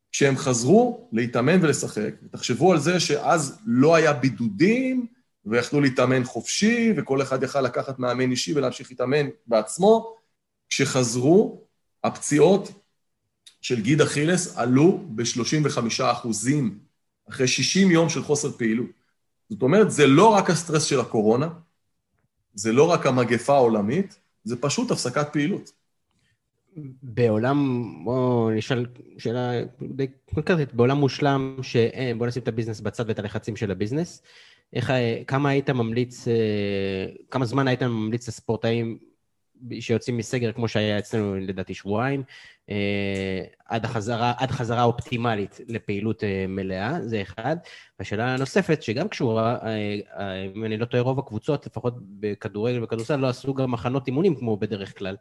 כשהם חזרו להתאמן ולשחק, ותחשבו על זה שאז לא היה בידודים, ויכלו להתאמן חופשי, וכל אחד יכל לקחת מאמן אישי ולהמשיך להתאמן בעצמו, כשחזרו, הפציעות של גיד אכילס עלו ב-35%, אחרי 60 יום של חוסר פעילות. זאת אומרת, זה לא רק הסטרס של הקורונה, זה לא רק המגפה העולמית, זה פשוט הפסקת פעילות. בעולם, בוא נשאל שאלה די קונקרטית, בעולם מושלם בוא נשים את הביזנס בצד ואת הלחצים של הביזנס, כמה היית ממליץ, כמה זמן היית ממליץ לספורטאים שיוצאים מסגר, כמו שהיה אצלנו לדעתי שבועיים, עד חזרה אופטימלית לפעילות מלאה, זה אחד. והשאלה הנוספת, שגם קשורה, אם אני לא טועה, רוב הקבוצות, לפחות בכדורגל וכדורסל, לא עשו גם מחנות אימונים כמו בדרך כלל.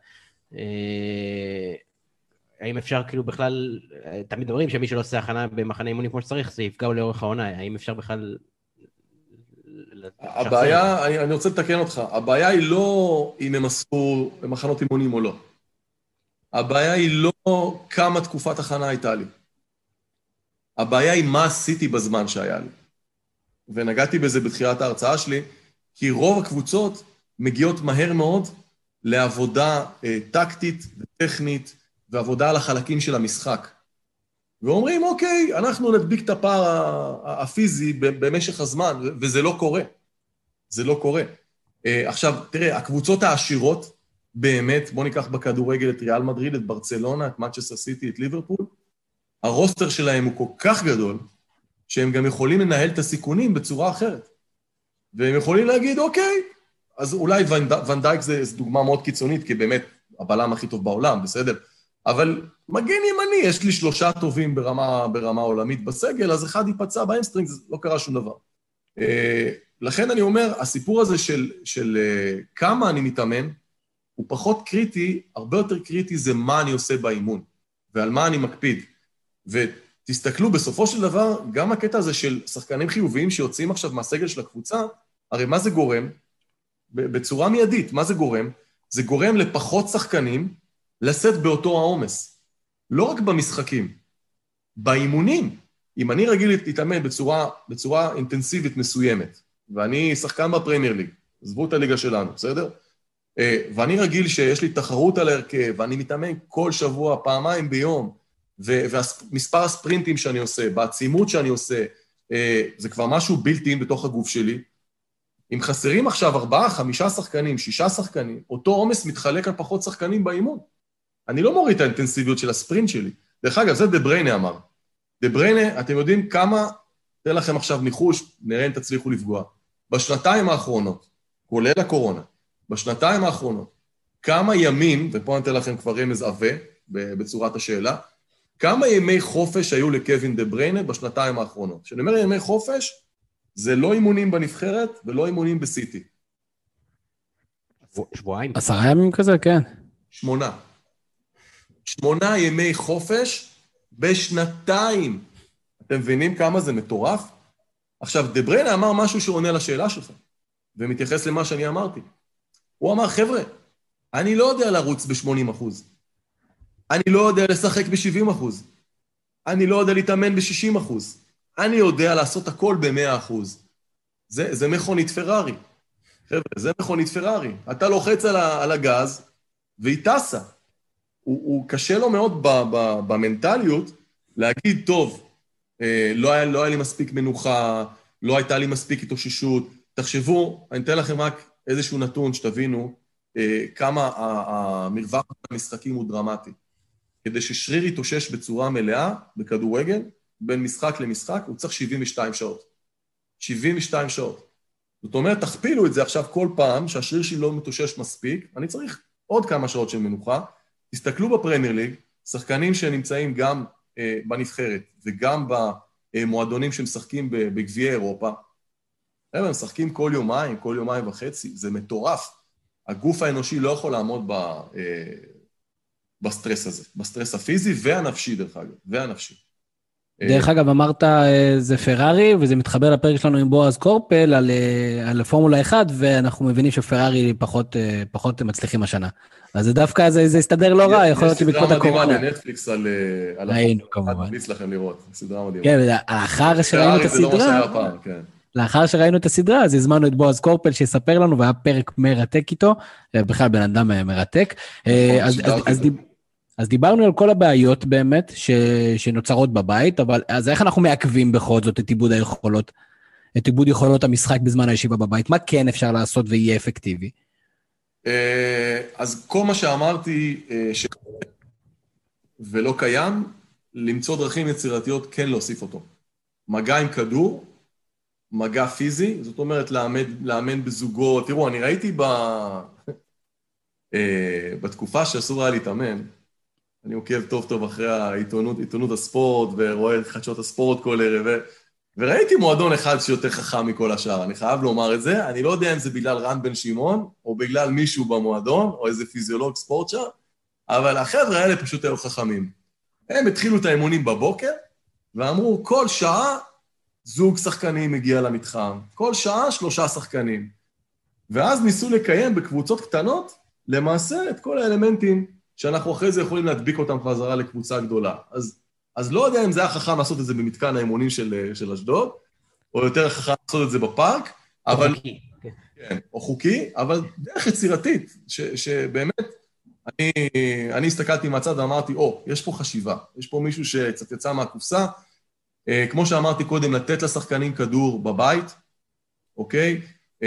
האם אפשר כאילו בכלל, תמיד דברים שמי שלא עושה הכנה במחנה אימונים כמו שצריך, זה יפגע לאורך העונה, האם אפשר בכלל... הבעיה, אני רוצה לתקן אותך, הבעיה היא לא אם הם עשו מחנות אימונים או לא. הבעיה היא לא כמה תקופת הכנה הייתה לי. הבעיה היא מה עשיתי בזמן שהיה לי. ונגעתי בזה בתחילת ההרצאה שלי, כי רוב הקבוצות מגיעות מהר מאוד לעבודה טקטית וטכנית, ועבודה על החלקים של המשחק. ואומרים, אוקיי, אנחנו נדביק את הפער הפיזי במשך הזמן, וזה לא קורה. זה לא קורה. עכשיו, תראה, הקבוצות העשירות, באמת, בוא ניקח בכדורגל את ריאל מדריד, את ברצלונה, את מנצ'סטר סיטי, את ליברפול, הרוסטר שלהם הוא כל כך גדול, שהם גם יכולים לנהל את הסיכונים בצורה אחרת. והם יכולים להגיד, אוקיי, אז אולי ון דייק זה דוגמה מאוד קיצונית, כי באמת הבלם הכי טוב בעולם, בסדר? אבל מגן ימני, יש לי 3 טובים ברמה עולמית בסגל, אז אחד ייפצע באמסטרינג, לא קרה שום דבר. לכן אני אומר, הסיפור הזה של כמה אני מתאמן, הוא פחות קריטי, הרבה יותר קריטי זה מה אני עושה באימון, ועל מה אני מקפיד. ותסתכלו, בסופו של דבר, גם הקטע הזה של שחקנים חיוביים שיוצאים עכשיו מהסגל של הקבוצה, הרי מה זה גורם? בצורה מיידית, מה זה גורם? זה גורם לפחות שחקנים לשאת באותו העומס. לא רק במשחקים, באימונים. אם אני רגיל להתאמן בצורה אינטנסיבית מסוימת, ואני שחקן בפרמייר ליג, עזבו את הליגה שלנו, בסדר? ואני רגיל שיש לי תחרות על הרכב, ואני מתאמן כל שבוע, פעמיים ביום, ומספר הספרינטים שאני עושה, בעצימות שאני עושה, זה כבר משהו בלתי אין בתוך הגוף שלי. אם חסרים עכשיו 4, 5 שחקנים, 6 שחקנים, אותו עומס מתחלק על פחות שחקנים באימון. אני לא מוריד את האינטנסיביות של הספרינט שלי. דרך אגב, זה דבריינה אמר. דבריינה, אתם יודעים כמה, תן לכם עכשיו ניחוש, נראה אם תצליחו לפגוע. בשנתיים האחרונות, כולל הקורונה, בשנתיים האחרונות, כמה ימים, ופה אני אתן לכם כבר רמז עבה, בצורת השאלה, כמה ימי חופש היו לקווין דבריינה בשנתיים האחרונות? כשאני אומר ימי חופש, זה לא אימונים בנבחרת ולא אימונים בסיטי. שבועיים? 10 ימים כזה, כן. 8. 8 ימי חופש בשנתיים. אתם מבינים כמה זה מטורף? עכשיו, דבריינה אמר משהו שעונה לשאלה שלך, ומתייחס למה שאני אמרתי. הוא אמר, חבר'ה, אני לא יודע לרוץ ב-80%. אני לא יודע לשחק ב-70%. אני לא יודע להתאמן ב-60%. אני יודע לעשות הכל ב-100%. זה מכונית פרארי. חבר'ה, זה מכונית פרארי. אתה לוחץ על הגז, והיא טסה. הוא קשה לו מאוד במנטליות להגיד, טוב, לא היה לי מספיק מנוחה, לא הייתה לי מספיק התאוששות. תחשבו, אני אתן לכם רק איזשהו נתון שתבינו כמה המרווח במשחקים הוא דרמטי. כדי ששריר יתאושש בצורה מלאה בכדורגל, בין משחק למשחק, הוא צריך 72 שעות. 72 שעות. זאת אומרת, תכפילו את זה עכשיו כל פעם שהשריר שלי לא מתאושש מספיק, אני צריך עוד כמה שעות של מנוחה. תסתכלו בפרמייר ליג, שחקנים שנמצאים גם בנבחרת וגם במועדונים שמשחקים בגביעי אירופה, הם משחקים כל יומיים וחצי, זה מטורף. הגוף האנושי לא יכול לעמוד בסטרס הזה, בסטרס הפיזי והנפשי דרך אגב, והנפשי. דרך אגב, אמרת זה פרארי, וזה מתחבר לפרק שלנו עם בועז קורפל על פורמולה 1, ואנחנו מבינים שפרארי פחות מצליחים השנה. אז זה דווקא, זה הסתדר לא רע, יכול להיות שבעקבות הקורונה. יש סדרה מדהימה בנטפליקס על ראינו, הפורמולה 1, כמובן. ממליץ לכם לראות, סדרה מדהימה. כן, לאחר שראינו את פרארי זה לא מה הסדרה, שהיה פעם, כן. לאחר שראינו את הסדרה, אז הזמנו את בועז קורפל שיספר לנו, והיה פרק מרתק איתו, בכלל בן אדם מרתק. אז דיברנו על כל הבעיות באמת שנוצרות בבית, אבל אז איך אנחנו מעכבים בכל זאת את עיבוד היכולות, את עיבוד יכולות המשחק בזמן הישיבה בבית? מה כן אפשר לעשות ויהיה אפקטיבי? אז כל מה שאמרתי ולא קיים, למצוא דרכים יצירתיות כן להוסיף אותו. מגע עם כדור, מגע פיזי, זאת אומרת לאמן בזוגות. תראו, אני ראיתי בתקופה שאסור היה להתאמן, אני עוקב טוב אחרי עיתונות הספורט, ורואה את חדשות הספורט כל ערב, וראיתי מועדון אחד שיותר חכם מכל השאר, אני חייב לומר את זה, אני לא יודע אם זה בגלל רן בן שמעון, או בגלל מישהו במועדון, או איזה פיזיולוג ספורט שם, אבל החבר'ה האלה פשוט היו חכמים. הם התחילו את האימונים בבוקר, ואמרו, כל שעה זוג שחקנים מגיע למתחם, כל שעה 3 שחקנים. ואז ניסו לקיים בקבוצות קטנות, למעשה את כל האלמנטים שאנחנו אחרי זה יכולים להדביק אותם חזרה לקבוצה גדולה. אז לא יודע אם זה היה חכם לעשות את זה במתקן האימונים של אשדוד, או יותר חכם לעשות את זה בפארק, אבל... חוקי. כן, או חוקי, אבל דרך יצירתית, שבאמת, אני הסתכלתי מהצד ואמרתי, יש פה חשיבה, יש פה מישהו שקצת יצא מהקופסה, כמו שאמרתי קודם, לתת לשחקנים כדור בבית, אוקיי?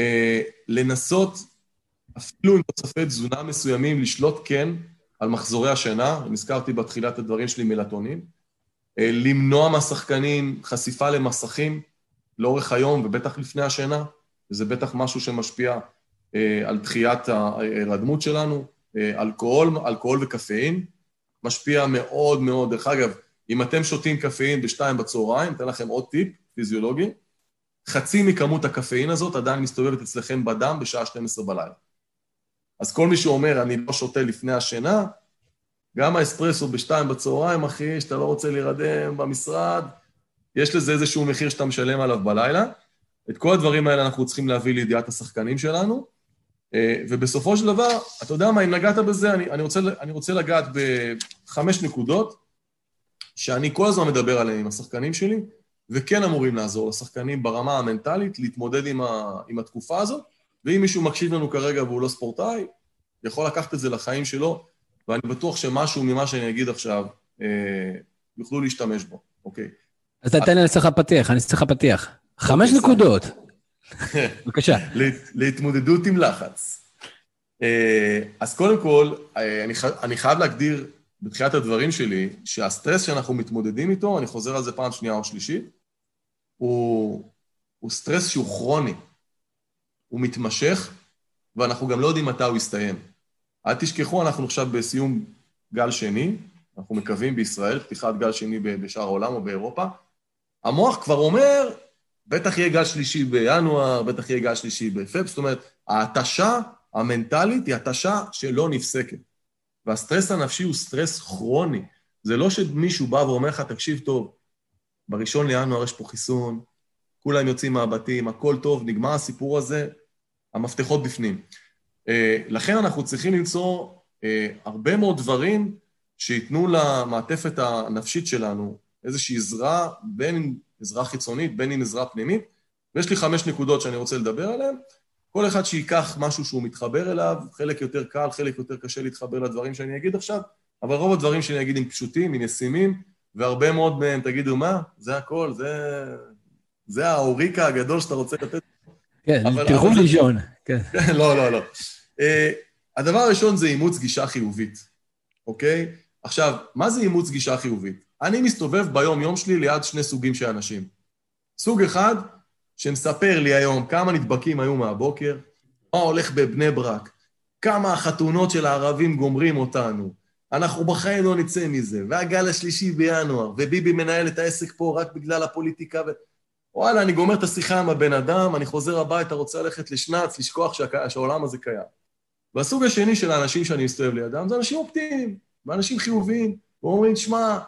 לנסות, אפילו עם תוספי תזונה מסוימים, לשלוט כן על מחזורי השינה, נזכרתי בתחילת הדברים שלי מלטונין, למנוע מהשחקנים חשיפה למסכים לאורך היום ובטח לפני השינה, וזה בטח משהו שמשפיע על דחיית ההירדמות שלנו, אלכוהול וקפאין, משפיע מאוד מאוד. דרך אגב, אם אתם שותים קפאין ב-2 בצהריים, אתן לכם עוד טיפ פיזיולוגי, חצי מכמות הקפאין הזאת עדיין מסתובבת אצלכם בדם בשעה 12 בלילה. אז כל מי שאומר, אני לא שותה לפני השינה, גם האספרסו ב-2 בצהריים, אחי, שאתה לא רוצה להירדם במשרד, יש לזה איזשהו מחיר שאתה משלם עליו בלילה. את כל הדברים האלה אנחנו צריכים להביא לידיעת השחקנים שלנו, ובסופו של דבר, אתה יודע מה, אם נגעת בזה, אני רוצה לגעת ב5 נקודות, שאני כל הזמן מדבר עליהן עם השחקנים שלי, וכן אמורים לעזור לשחקנים ברמה המנטלית, להתמודד עם התקופה הזאת, ואם מישהו מקשיב לנו כרגע והוא לא ספורטאי, יכול לקחת את זה לחיים שלו, ואני בטוח שמשהו ממה שאני אגיד עכשיו, יוכלו להשתמש בו, אוקיי? אז תתן לי לצלך פתיח, אני אצלך פתיח. 5 נקודות. בבקשה. להתמודדות עם לחץ. אז קודם כל, אני חייב להגדיר בתחילת הדברים שלי, שהסטרס שאנחנו מתמודדים איתו, אני חוזר על זה פעם שנייה או שלישית, הוא סטרס שהוא כרוני. הוא מתמשך, ואנחנו גם לא יודעים מתי הוא יסתיים. אל תשכחו, אנחנו עכשיו בסיום גל שני, אנחנו מקווים בישראל, פתיחת גל שני בשאר העולם או באירופה. המוח כבר אומר, בטח יהיה גל שלישי בינואר, בטח יהיה גל שלישי בפברואר, זאת אומרת, ההתשה המנטלית היא התשה שלא נפסקת. והסטרס הנפשי הוא סטרס כרוני. זה לא שמישהו בא ואומר לך, תקשיב טוב, ב1 לינואר יש פה חיסון, כולם יוצאים מהבתים, הכל טוב, נגמר הסיפור הזה, המפתחות בפנים. לכן אנחנו צריכים למצוא הרבה מאוד דברים שיתנו למעטפת הנפשית שלנו איזושהי עזרה, בין אם עזרה חיצונית, בין אם עזרה פנימית, ויש לי 5 נקודות שאני רוצה לדבר עליהן. כל אחד שיקח משהו שהוא מתחבר אליו, חלק יותר קל, חלק יותר קשה להתחבר לדברים שאני אגיד עכשיו, אבל רוב הדברים שאני אגיד הם פשוטים, הם ישימים, והרבה מאוד מהם, תגידו מה? זה הכל, זה האוריקה הגדול שאתה רוצה לתת. כן, תלכו לישון. לא. הדבר הראשון זה אימוץ גישה חיובית, אוקיי? עכשיו, מה זה אימוץ גישה חיובית? אני מסתובב ביום שלי ליד 2 סוגים של אנשים. סוג אחד, שמספר לי היום כמה נדבקים היו מהבוקר, מה הולך בבני ברק, כמה החתונות של הערבים גומרים אותנו, אנחנו בחיים לא נצא מזה, והגל השלישי בינואר, וביבי מנהל את העסק פה רק בגלל הפוליטיקה, וואלה, אני גומר את השיחה עם הבן אדם, אני חוזר הביתה, רוצה ללכת לשנץ, לשכוח שהעולם הזה קיים. והסוג השני של האנשים שאני מסתובב לידם, זה אנשים אופטימיים, ואנשים חיוביים, ואומרים, שמע,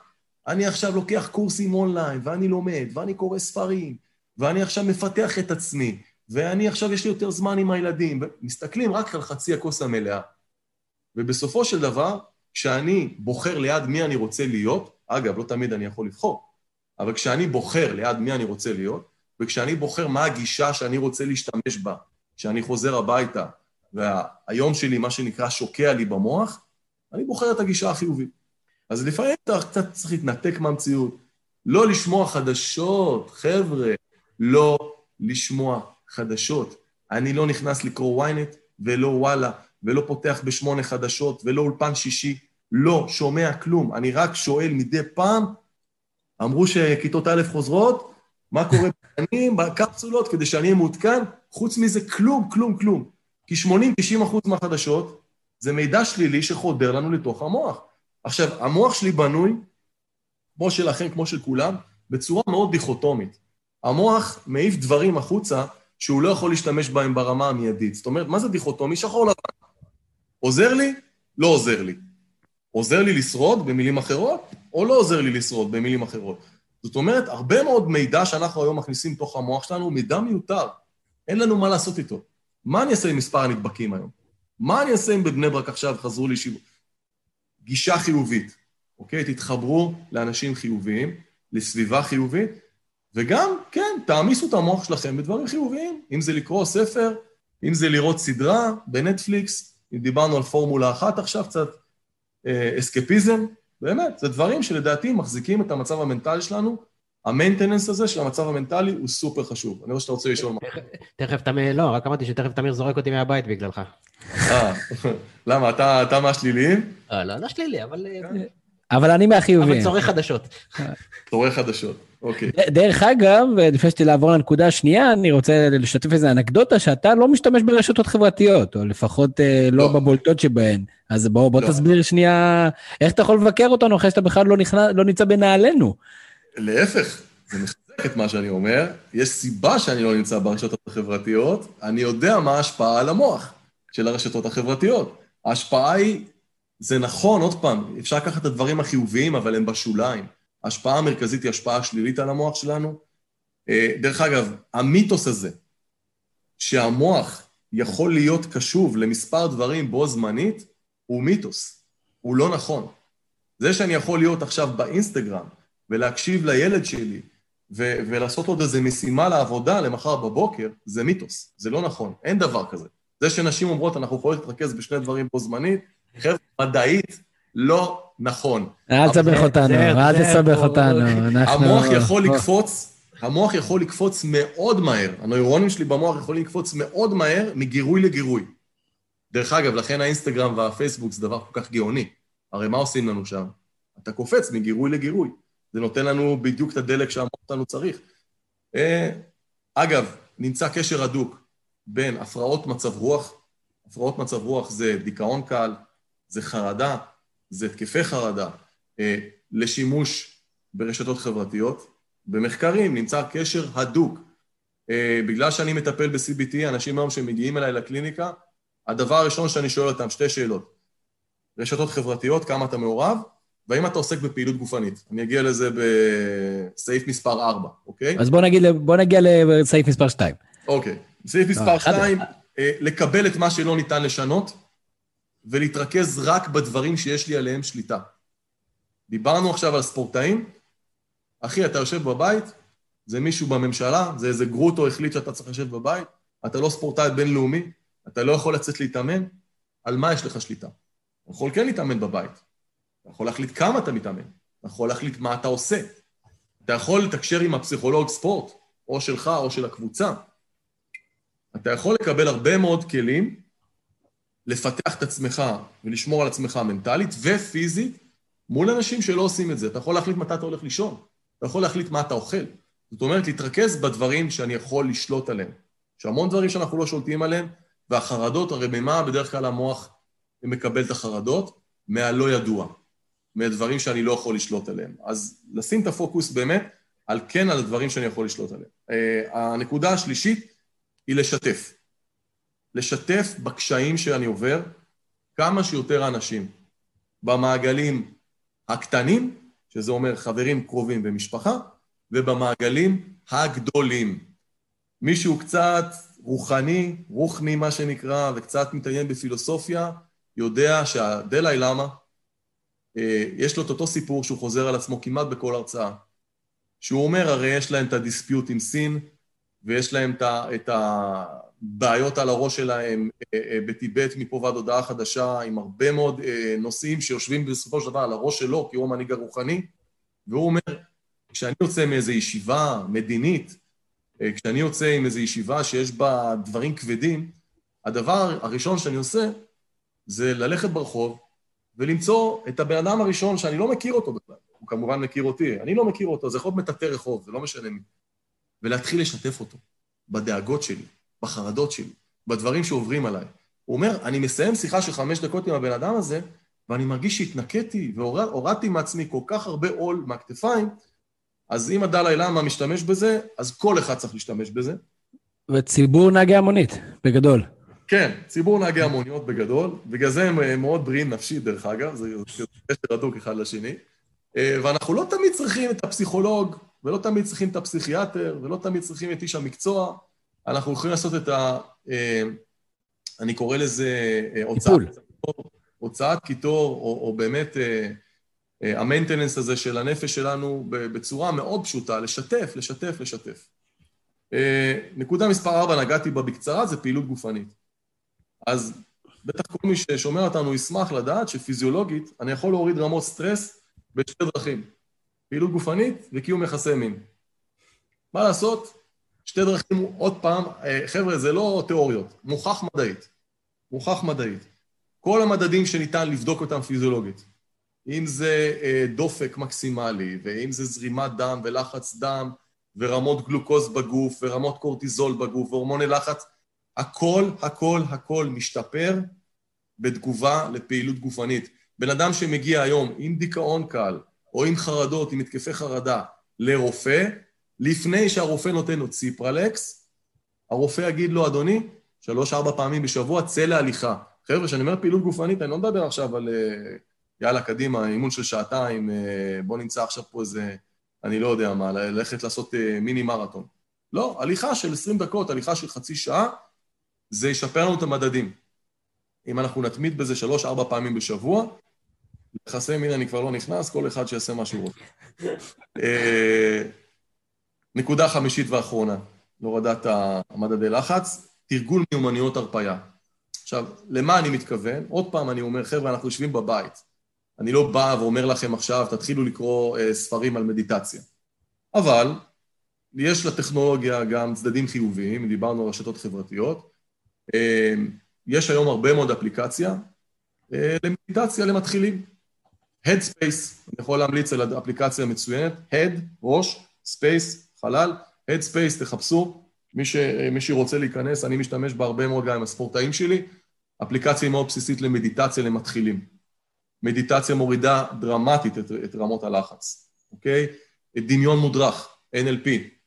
אני עכשיו לוקח קורסים אונליין, ואני לומד, ואני קורא ספרים, ואני עכשיו מפתח את עצמי, ואני עכשיו יש לי יותר זמן עם הילדים, ומסתכלים רק על חצי הכוס המלאה. ובסופו של דבר, כשאני בוחר ליד מי אני רוצה להיות, אגב, לא תמיד אני יכול לבחור, אבל כשאני בוחר ליד מי אני רוצה להיות, וכשאני בוחר מה הגישה שאני רוצה להשתמש בה, כשאני חוזר הביתה, והיום שלי, מה שנקרא, שוקע לי במוח, אני בוחר את הגישה החיובית. אז לפעמים אתה קצת צריך להתנתק מהמציאות, לא לשמוע חדשות, חבר'ה, לא לשמוע חדשות. אני לא נכנס לקרוא ynet ולא וואלה, ולא פותח ב8 חדשות ולא אולפן שישי, לא שומע כלום. אני רק שואל מדי פעם, אמרו שכיתות א' חוזרות, מה קורה בקטנים, בקפסולות, כדי שאני אהיה מעודכן, חוץ מזה כלום, כלום, כלום. כי 80-90% מהחדשות זה מידע שלילי שחודר לנו לתוך המוח. עכשיו, המוח שלי בנוי, כמו שלכם, כמו של כולם, בצורה מאוד דיכוטומית. המוח מעיף דברים החוצה שהוא לא יכול להשתמש בהם ברמה המיידית. זאת אומרת, מה זה דיכוטומי? שחור לבן. עוזר לי? לא עוזר לי. עוזר לי לשרוד במילים אחרות, או לא עוזר לי לשרוד במילים אחרות. זאת אומרת, הרבה מאוד מידע שאנחנו היום מכניסים תוך המוח שלנו, הוא מידע מיותר. אין לנו מה לעשות איתו. מה אני אעשה עם מספר הנדבקים היום? מה אני אעשה אם בבני ברק עכשיו חזרו לי גישה חיובית, אוקיי? תתחברו לאנשים חיוביים, לסביבה חיובית, וגם, כן, תעמיסו את המוח שלכם בדברים חיוביים, אם זה לקרוא ספר, אם זה לראות סדרה בנטפליקס, אם דיברנו על פורמולה 1 עכשיו, קצת אסקפיזם, באמת, זה דברים שלדעתי מחזיקים את המצב המנטלי שלנו, המיינטננס הזה של המצב המנטלי הוא סופר חשוב. אני רואה שאתה רוצה לשאול מה. תכף תמיר, לא, רק אמרתי שתכף תמיר זורק אותי מהבית בגללך. למה, אתה מהשליליים? לא שלילי, אבל אני מהחיובים. אבל צורך חדשות. צורך חדשות, אוקיי. דרך אגב, לפני שתי לעבור לנקודה השנייה, אני רוצה לשתף איזו אנקדוטה שאתה לא משתמש ברשתות חברתיות, או לפחות לא בבולטות שבהן. אז בוא תסביר שנייה, איך אתה יכול לבקר אותנו אחרי שאתה בכלל לא נמצא בנעלינו. להפך, זה מחזק את מה שאני אומר. יש סיבה שאני לא נמצא ברשתות החברתיות. אני יודע מה ההשפעה על המוח של הרשתות החברתיות. ההשפעה היא, זה נכון, עוד פעם, אפשר לקחת את הדברים החיוביים, אבל הם בשוליים. ההשפעה המרכזית היא השפעה שלילית על המוח שלנו. דרך אגב, המיתוס הזה, שהמוח יכול להיות קשוב למספר דברים בו זמנית, הוא מיתוס. הוא לא נכון. זה שאני יכול להיות עכשיו באינסטגרם, ולהקשיב לילד שלי, ולעשות עוד איזו משימה לעבודה למחר בבוקר, זה מיתוס, זה לא נכון, אין דבר כזה. זה שנשים אומרות, אנחנו יכולים להתרכז בשני דברים פה זמנית, חבר'ה, מדעית, לא נכון. אל תסבך אותנו, אל תסבך אותנו. המוח יכול לקפוץ מאוד מהר, הנוירונים שלי במוח יכולים לקפוץ מאוד מהר מגירוי לגירוי. דרך אגב, לכן האינסטגרם והפייסבוק זה דבר כל כך גאוני. הרי מה עושים לנו שם? אתה קופץ מגירוי לגירוי. זה נותן לנו בדיוק את הדלק שהמוח שלנו צריך. אגב, נמצא קשר הדוק בין הפרעות מצב רוח, הפרעות מצב רוח זה דיכאון קל, זה חרדה, זה התקפי חרדה, לשימוש ברשתות חברתיות. במחקרים נמצא קשר הדוק. בגלל שאני מטפל ב-CBT, אנשים היום שמגיעים אליי לקליניקה, הדבר הראשון שאני שואל אותם, שתי שאלות. רשתות חברתיות, כמה אתה מעורב? והאם אתה עוסק בפעילות גופנית? אני אגיע לזה בסעיף מספר 4, אוקיי? אז בוא נגיע לסעיף מספר 2. אוקיי. סעיף מספר 2, לקבל את מה שלא ניתן לשנות, ולהתרכז רק בדברים שיש לי עליהם שליטה. דיברנו עכשיו על ספורטאים. אחי, אתה יושב בבית, זה מישהו בממשלה, זה איזה גרוטו החליט שאתה צריך לשבת בבית, אתה לא ספורטאי בינלאומי, אתה לא יכול לצאת להתאמן, על מה יש לך שליטה? אתה יכול כן להתאמן בבית. אתה יכול להחליט כמה אתה מתאמן, אתה יכול להחליט מה אתה עושה. אתה יכול לתקשר עם הפסיכולוג ספורט, או שלך או של הקבוצה. אתה יכול לקבל הרבה מאוד כלים, לפתח את עצמך ולשמור על עצמך מנטלית ופיזית, מול אנשים שלא עושים את זה. אתה יכול להחליט מתי אתה הולך לישון, אתה יכול להחליט מה אתה אוכל. זאת אומרת, להתרכז בדברים שאני יכול לשלוט עליהם. יש המון דברים שאנחנו לא שולטים עליהם, והחרדות, הרי במה בדרך כלל המוח מקבל את החרדות? מהלא ידוע. מדברים שאני לא יכול לשלוט עליהם. אז לשים את הפוקוס באמת על כן על הדברים שאני יכול לשלוט עליהם. הנקודה השלישית היא לשתף. לשתף בקשיים שאני עובר כמה שיותר אנשים במעגלים הקטנים שזה אומר חברים קרובים ומשפחה, ובמעגלים הגדולים. מישהו קצת רוחני מה שנקרא, וקצת מתעניין בפילוסופיה, יודע שהדלאי למה, יש לו את אותו סיפור שהוא חוזר על עצמו כמעט בכל הרצאה, שהוא אומר, הרי יש להם את הדיספיוט עם סין, ויש להם את הבעיות על הראש שלהם בטיבט מפה ועד הודעה חדשה, עם הרבה מאוד נושאים שיושבים בסופו של דבר על הראש שלו, כי הוא המנהיג הרוחני, והוא אומר, כשאני יוצא מאיזו ישיבה מדינית, כשאני יוצא עם איזו ישיבה שיש בה דברים כבדים, הדבר הראשון שאני עושה, זה ללכת ברחוב, ולמצוא את הבן אדם הראשון שאני לא מכיר אותו בכלל. הוא כמובן מכיר אותי, אני לא מכיר אותו, זה יכול להיות מטאטא רחוב, זה לא משנה מי. ולהתחיל לשתף אותו, בדאגות שלי, בחרדות שלי, בדברים שעוברים עליי. הוא אומר, אני מסיים שיחה של 5 דקות עם הבן אדם הזה, ואני מרגיש שהתנקיתי, והורדתי מעצמי כל כך הרבה עול מהכתפיים, אז אם הדלאי למה משתמש בזה, אז כל אחד צריך להשתמש בזה. וציבור נהגי המונית, בגדול. כן, ציבור נהגי המוניות בגדול, בגלל זה הם מאוד בריאים נפשית דרך אגב, זה קשר הדוק אחד לשני, ואנחנו לא תמיד צריכים את הפסיכולוג, ולא תמיד צריכים את הפסיכיאטר, ולא תמיד צריכים את איש המקצוע, אנחנו יכולים לעשות את אני קורא לזה הוצאת קיטור, או באמת המיינטננס הזה של הנפש שלנו בצורה מאוד פשוטה, לשתף. נקודה מספר 4, נגעתי בה בקצרה, זה פעילות גופנית. אז בטח כל מי ששומע אותנו ישמח לדעת שפיזיולוגית אני יכול להוריד רמות סטרס בשתי דרכים. פעילות גופנית וקיום יחסי מין. מה לעשות? שתי דרכים, עוד פעם, חבר'ה, זה לא תיאוריות, מוכח מדעית. כל המדדים שניתן לבדוק אותם פיזיולוגית, אם זה דופק מקסימלי, ואם זה זרימת דם ולחץ דם, ורמות גלוקוז בגוף, ורמות קורטיזול בגוף, והורמוני לחץ, הכל משתפר בתגובה לפעילות גופנית. בן אדם שמגיע היום עם דיכאון קל, או עם חרדות, עם התקפי חרדה, לרופא, לפני שהרופא נותן לו ציפרלקס, הרופא יגיד לו, אדוני, 3-4 פעמים בשבוע, צא להליכה. חבר'ה, שאני אומר פעילות גופנית, אני לא מדבר עכשיו על, יאללה, קדימה, אימון של שעתיים, בוא נמצא עכשיו פה איזה, אני לא יודע מה, ללכת לעשות מיני מרתון. לא, הליכה של 20 דקות, הליכה של חצי שעה, זה ישפר לנו את המדדים. אם אנחנו נתמיד בזה 3-4 פעמים בשבוע, יחסי מין אני כבר לא נכנס, כל אחד שיעשה מה שהוא רוצה. נקודה חמישית ואחרונה, להורדת המדדי לחץ, תרגול מיומנויות הרפאיה. עכשיו, למה אני מתכוון? עוד פעם אני אומר, חבר'ה, אנחנו יושבים בבית. אני לא בא ואומר לכם עכשיו, תתחילו לקרוא ספרים על מדיטציה. אבל יש לטכנולוגיה גם צדדים חיוביים, דיברנו על רשתות חברתיות. יש היום הרבה מאוד אפליקציה למדיטציה למתחילים. Headspace, אני יכול להמליץ על אפליקציה מצוינת, Head, ראש, Space, חלל, Headspace, תחפשו, מי שרוצה להיכנס, אני משתמש בה הרבה מאוד גם עם הספורטאים שלי, אפליקציה מאוד בסיסית למדיטציה למתחילים. מדיטציה מורידה דרמטית את רמות הלחץ, אוקיי? דמיון מודרך, NLP,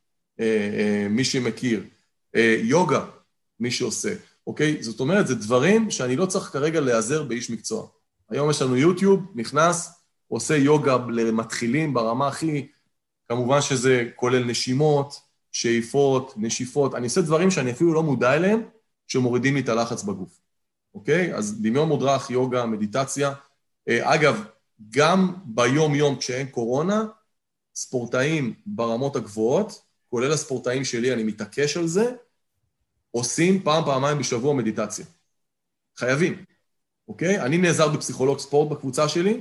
מי שמכיר, יוגה, מי שעושה, אוקיי? זאת אומרת, זה דברים שאני לא צריך כרגע להיעזר באיש מקצוע. היום יש לנו יוטיוב, נכנס, עושה יוגה למתחילים ברמה הכי, כמובן שזה כולל נשימות, שאיפות, נשיפות, אני עושה דברים שאני אפילו לא מודע אליהם, שמורידים לי את הלחץ בגוף, אוקיי? אז דמיון מודרך, יוגה, מדיטציה. אגב, גם ביום-יום כשאין קורונה, ספורטאים ברמות הגבוהות, כולל הספורטאים שלי, אני מתעקש על זה, עושים פעמיים בשבוע מדיטציה. חייבים, אוקיי? אני נעזר בפסיכולוג ספורט בקבוצה שלי,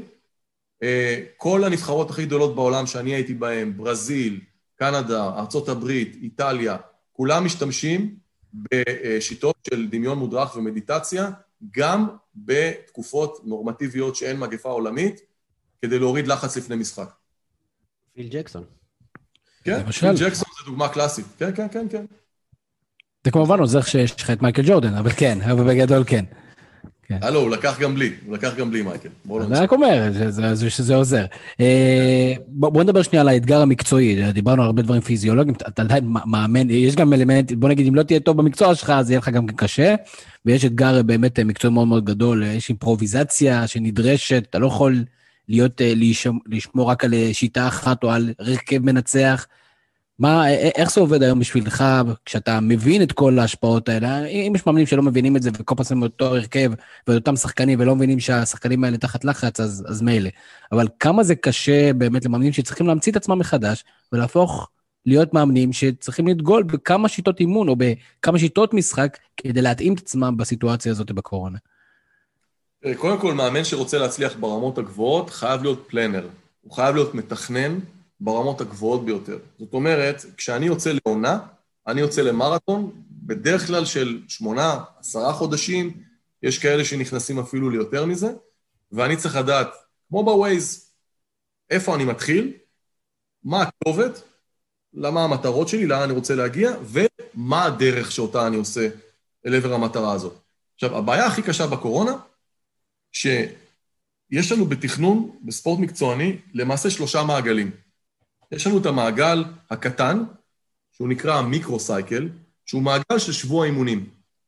כל הנבחרות הכי גדולות בעולם שאני הייתי בהן, ברזיל, קנדה, ארצות הברית, איטליה, כולם משתמשים בשיטות של דמיון מודרך ומדיטציה, גם בתקופות נורמטיביות שאין מגפה עולמית, כדי להוריד לחץ לפני משחק. פיל ג'קסון. כן, פיל ג'קסון זה דוגמה קלאסית. כן. זה כמובן עוזר שיש לך את מייקל ג'ורדן, אבל כן, אבל בגדול כן. הלו, הוא לקח גם בלי מייקל. אני רק אומר שזה עוזר. בוא נדבר שנייה על האתגר המקצועי, דיברנו על הרבה דברים פיזיולוגיים, אתה עדיין מאמן, יש גם אלמנט, בוא נגיד, אם לא תהיה טוב במקצוע שלך, אז יהיה לך גם קשה, ויש אתגר באמת מקצועי מאוד מאוד גדול, יש אימפרוביזציה שנדרשת, אתה לא יכול לשמור רק על שיטה אחת או על רכב מנצח? איך זה עובד היום בשבילך, כשאתה מבין את כל ההשפעות האלה? אם יש מאמנים שלא מבינים את זה, וכל פעם אותו הרכב, ואותם שחקנים, ולא מבינים שהשחקנים האלה תחת לחץ, אז מילא. אבל כמה זה קשה באמת למאמנים שצריכים להמציא את עצמם מחדש, ולהפוך להיות מאמנים שצריכים להתגול בכמה שיטות אימון, או בכמה שיטות משחק, כדי להתאים את עצמם בסיטואציה הזאת בקורונה. קודם כל, מאמן שרוצה להצליח ברמות הגבוהות, חייב להיות פלנר. הוא חייב להיות מתכנן ברמות הגבוהות ביותר. זאת אומרת, כשאני יוצא לעונה, אני יוצא למרתון, בדרך כלל של 8-10 חודשים, יש כאלה שנכנסים אפילו ליותר מזה, ואני צריך לדעת, כמו בווייז, איפה אני מתחיל, מה הכתובת, למה המטרות שלי, לאן אני רוצה להגיע, ומה הדרך שאותה אני עושה אל עבר המטרה הזאת. עכשיו, הבעיה הכי קשה בקורונה, שיש לנו בתכנון, בספורט מקצועני, למעשה 3 מעגלים. יש לנו את המעגל הקטן, שהוא נקרא מיקרו-סייקל, שהוא מעגל של שבוע אימונים.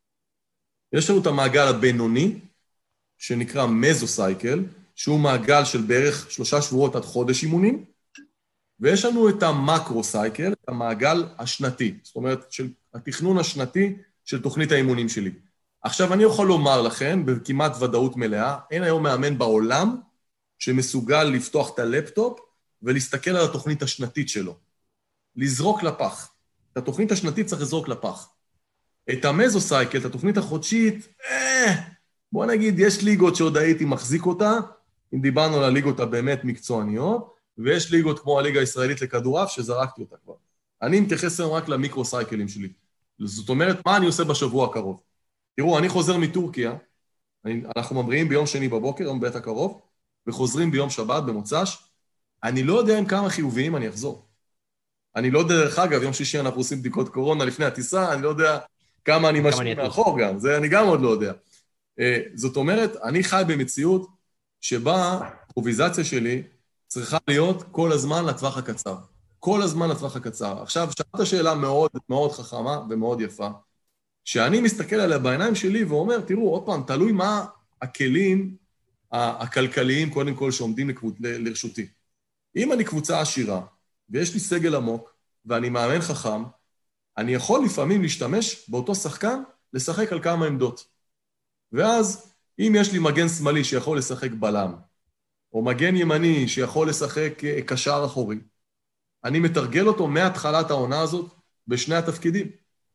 יש לנו את המעגל הבינוני, שנקרא מזו-סייקל, שהוא מעגל של בערך 3 שבועות עד חודש אימונים, ויש לנו את המקרו-סייקל, את המעגל השנתי, זאת אומרת, של התכנון השנתי של תוכנית האימונים שלי. עכשיו, אני יכול לומר לכם, בכמעט ודאות מלאה, אין היום מאמן בעולם שמסוגל לפתוח את הלפטופ ולהסתכל על התוכנית השנתית שלו. לזרוק לפח. את התוכנית השנתית צריך לזרוק לפח. את המזו-סייקל, את התוכנית החודשית, בוא נגיד, יש ליגות שעוד הייתי מחזיק אותה, אם דיברנו על הליגות הבאמת מקצועניות, ויש ליגות כמו הליגה הישראלית לכדורעף, שזרקתי אותה כבר. אני מתייחס היום רק למיקרו-סייקלים שלי. זאת אומרת, מה אני עושה בשבוע הקרוב? תראו, אני חוזר מטורקיה, אנחנו ממריאים ביום שני בבוקר, יום בית הקרוב, וחוזרים ביום שבת, במוצ"ש, אני לא יודע עם כמה חיוביים אני אחזור. אני לא יודע, דרך אגב, יום שישי אנחנו עושים בדיקות קורונה לפני הטיסה, אני לא יודע כמה אני משאיר מאחור גם, זה אני גם עוד לא יודע. זאת אומרת, אני חי במציאות שבה הפרוביזציה שלי צריכה להיות כל הזמן לטווח הקצר. כל הזמן לטווח הקצר. עכשיו, שאלת שאלה מאוד מאוד חכמה ומאוד יפה, שאני מסתכל עליה בעיניים שלי ואומר, תראו, עוד פעם, תלוי מה הכלים הכלכליים, קודם כל, שעומדים לרשותי. אם אני קבוצה עשירה, ויש לי סגל עמוק, ואני מאמן חכם, אני יכול לפעמים להשתמש באותו שחקן, לשחק על כמה עמדות. ואז, אם יש לי מגן שמאלי שיכול לשחק בלם, או מגן ימני שיכול לשחק קשר אחורי, אני מתרגל אותו מהתחלת העונה הזאת בשני התפקידים.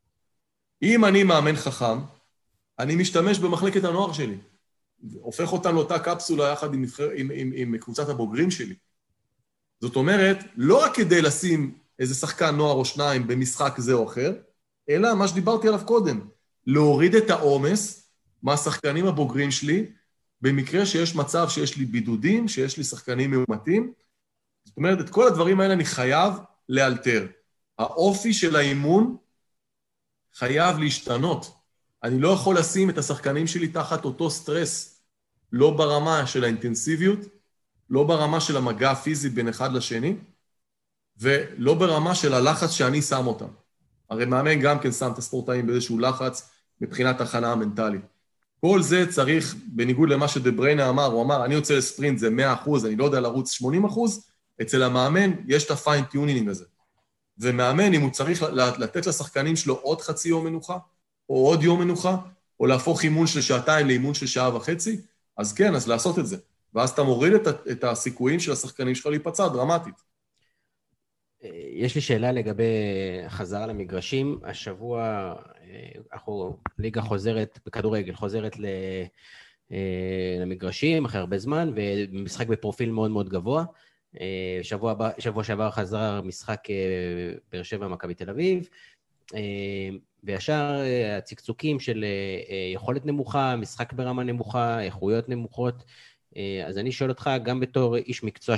אם אני מאמן חכם, אני משתמש במחלקת הנוער שלי, הופך אותם לאותה קפסולה יחד עם קבוצת הבוגרים שלי. זאת אומרת, לא רק כדי לשים איזה שחקן נוער או שניים במשחק זה או אחר, אלא מה שדיברתי עליו קודם, להוריד את העומס מהשחקנים הבוגרים שלי, במקרה שיש מצב שיש לי בידודים, שיש לי שחקנים מאומתים. זאת אומרת, את כל הדברים האלה אני חייב לאלתר. האופי של האימון חייב להשתנות. אני לא יכול לשים את השחקנים שלי תחת אותו סטרס, לא ברמה של האינטנסיביות, לא ברמה של המגע הפיזי בין אחד לשני, ולא ברמה של הלחץ שאני שם אותם. הרי מאמן גם כן שם את הספורטאים באיזשהו לחץ מבחינת הכנה המנטלית. כל זה צריך, בניגוד למה שדבריינה אמר, הוא אמר, אני יוצא לספרינט, זה 100%, אני לא יודע לרוץ 80%, אצל המאמן יש את הפיין טיונינג הזה. ומאמן, אם הוא צריך לתת לשחקנים שלו עוד חצי יום מנוחה, או עוד יום מנוחה, או להפוך אימון של שעתיים לאימון של שעה וחצי, אז כן, אז לעשות את זה. ואז אתה מוריד את הסיכויים של השחקנים שלך להיפצע דרמטית. יש לי שאלה לגבי חזרה למגרשים. השבוע, ליגה חוזרת, בכדורגל, חוזרת למגרשים אחרי הרבה זמן, ומשחק בפרופיל מאוד מאוד גבוה. שבוע שעבר חזר משחק באר שבע מכבי תל אביב, וישר הצקצוקים של יכולת נמוכה, משחק ברמה נמוכה, איכויות נמוכות. אז אני שואל אותך, גם בתור איש מקצוע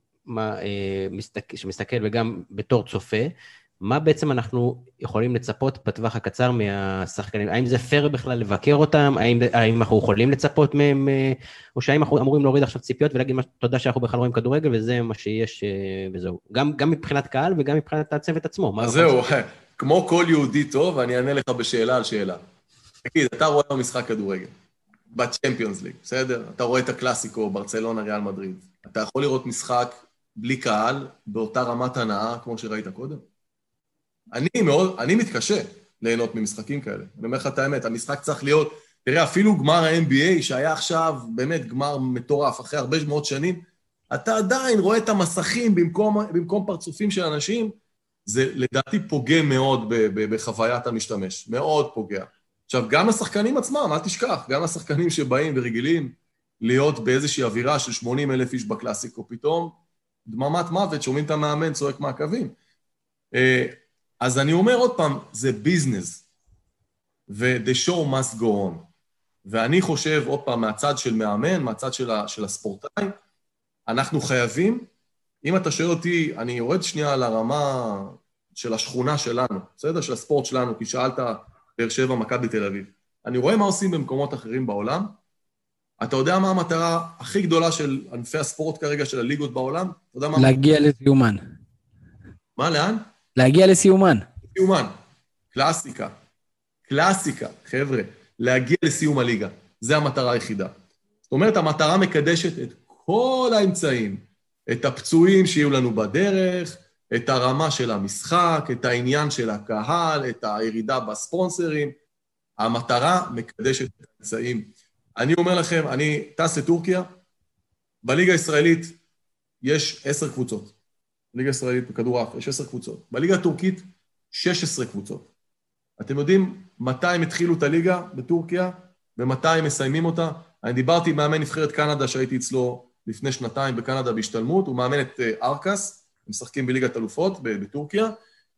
שמסתכל וגם בתור צופה, מה בעצם אנחנו יכולים לצפות בטווח הקצר מהשחקנים? האם זה פייר בכלל לבקר אותם? האם אנחנו יכולים לצפות מהם, או שהאם אנחנו אמורים להוריד עכשיו ציפיות ולהגיד תודה שאנחנו בכלל רואים כדורגל, וזה מה שיש וזהו. גם מבחינת קהל וגם מבחינת הצוות עצמו. אז זהו, כמו כל יהודי טוב, אני אענה לך בשאלה על שאלה. תגיד, אתה רואה במשחק כדורגל. בצ'מפיונס ליג, בסדר? אתה רואה את הקלאסיקו, ברצלונה, ריאל מדריד. אתה יכול לראות משחק בלי קהל, באותה רמת הנאה, כמו שראית קודם? אני מתקשה ליהנות ממשחקים כאלה. אני אומר לך את האמת, המשחק צריך להיות, תראה, אפילו גמר ה-NBA, שהיה עכשיו באמת גמר מטורף, אחרי הרבה מאוד שנים, אתה עדיין רואה את המסכים במקום פרצופים של אנשים, זה לדעתי פוגע מאוד בחוויית המשתמש, מאוד פוגע. עכשיו, גם השחקנים עצמם, אל תשכח, גם השחקנים שבאים ורגילים להיות באיזושהי אווירה של 80,000 איש בקלאסיקו, פתאום דממת מוות, שומעים את המאמן, צועק מהקווים. אז אני אומר עוד פעם, זה ביזנס, ו-the show must go on. ואני חושב, עוד פעם, מהצד של מאמן, מהצד של הספורטאי, אנחנו חייבים, אם אתה שואל אותי, אני יורד שנייה על הרמה של השכונה שלנו, בסדר? של הספורט שלנו, כי שאלת באר שבע, מכבי תל אביב. אני רואה מה עושים במקומות אחרים בעולם. אתה יודע מה המטרה הכי גדולה של ענפי הספורט כרגע, של הליגות בעולם? אתה יודע מה? להגיע לסיומן. מה, לאן? להגיע לסיומן. סיומן. קלאסיקה. קלאסיקה, חבר'ה. להגיע לסיום הליגה. זה המטרה היחידה. זאת אומרת, המטרה מקדשת את כל האמצעים, את הפצועים שיהיו לנו בדרך, את הרמה של המשחק, את העניין של הקהל, את הירידה בספונסרים. המטרה מקדשת את האמצעים. אני אומר לכם, אני טס לטורקיה, בליגה הישראלית יש 10 קבוצות. בליגה הישראלית בכדורעף יש 10 קבוצות. בליגה הטורקית 16 קבוצות. אתם יודעים מתי הם התחילו את הליגה בטורקיה, ומתי הם מסיימים אותה? אני דיברתי עם מאמן נבחרת קנדה שהייתי אצלו לפני שנתיים בקנדה בהשתלמות, הוא מאמן את ארקס, הם משחקים בליגת אלופות בטורקיה.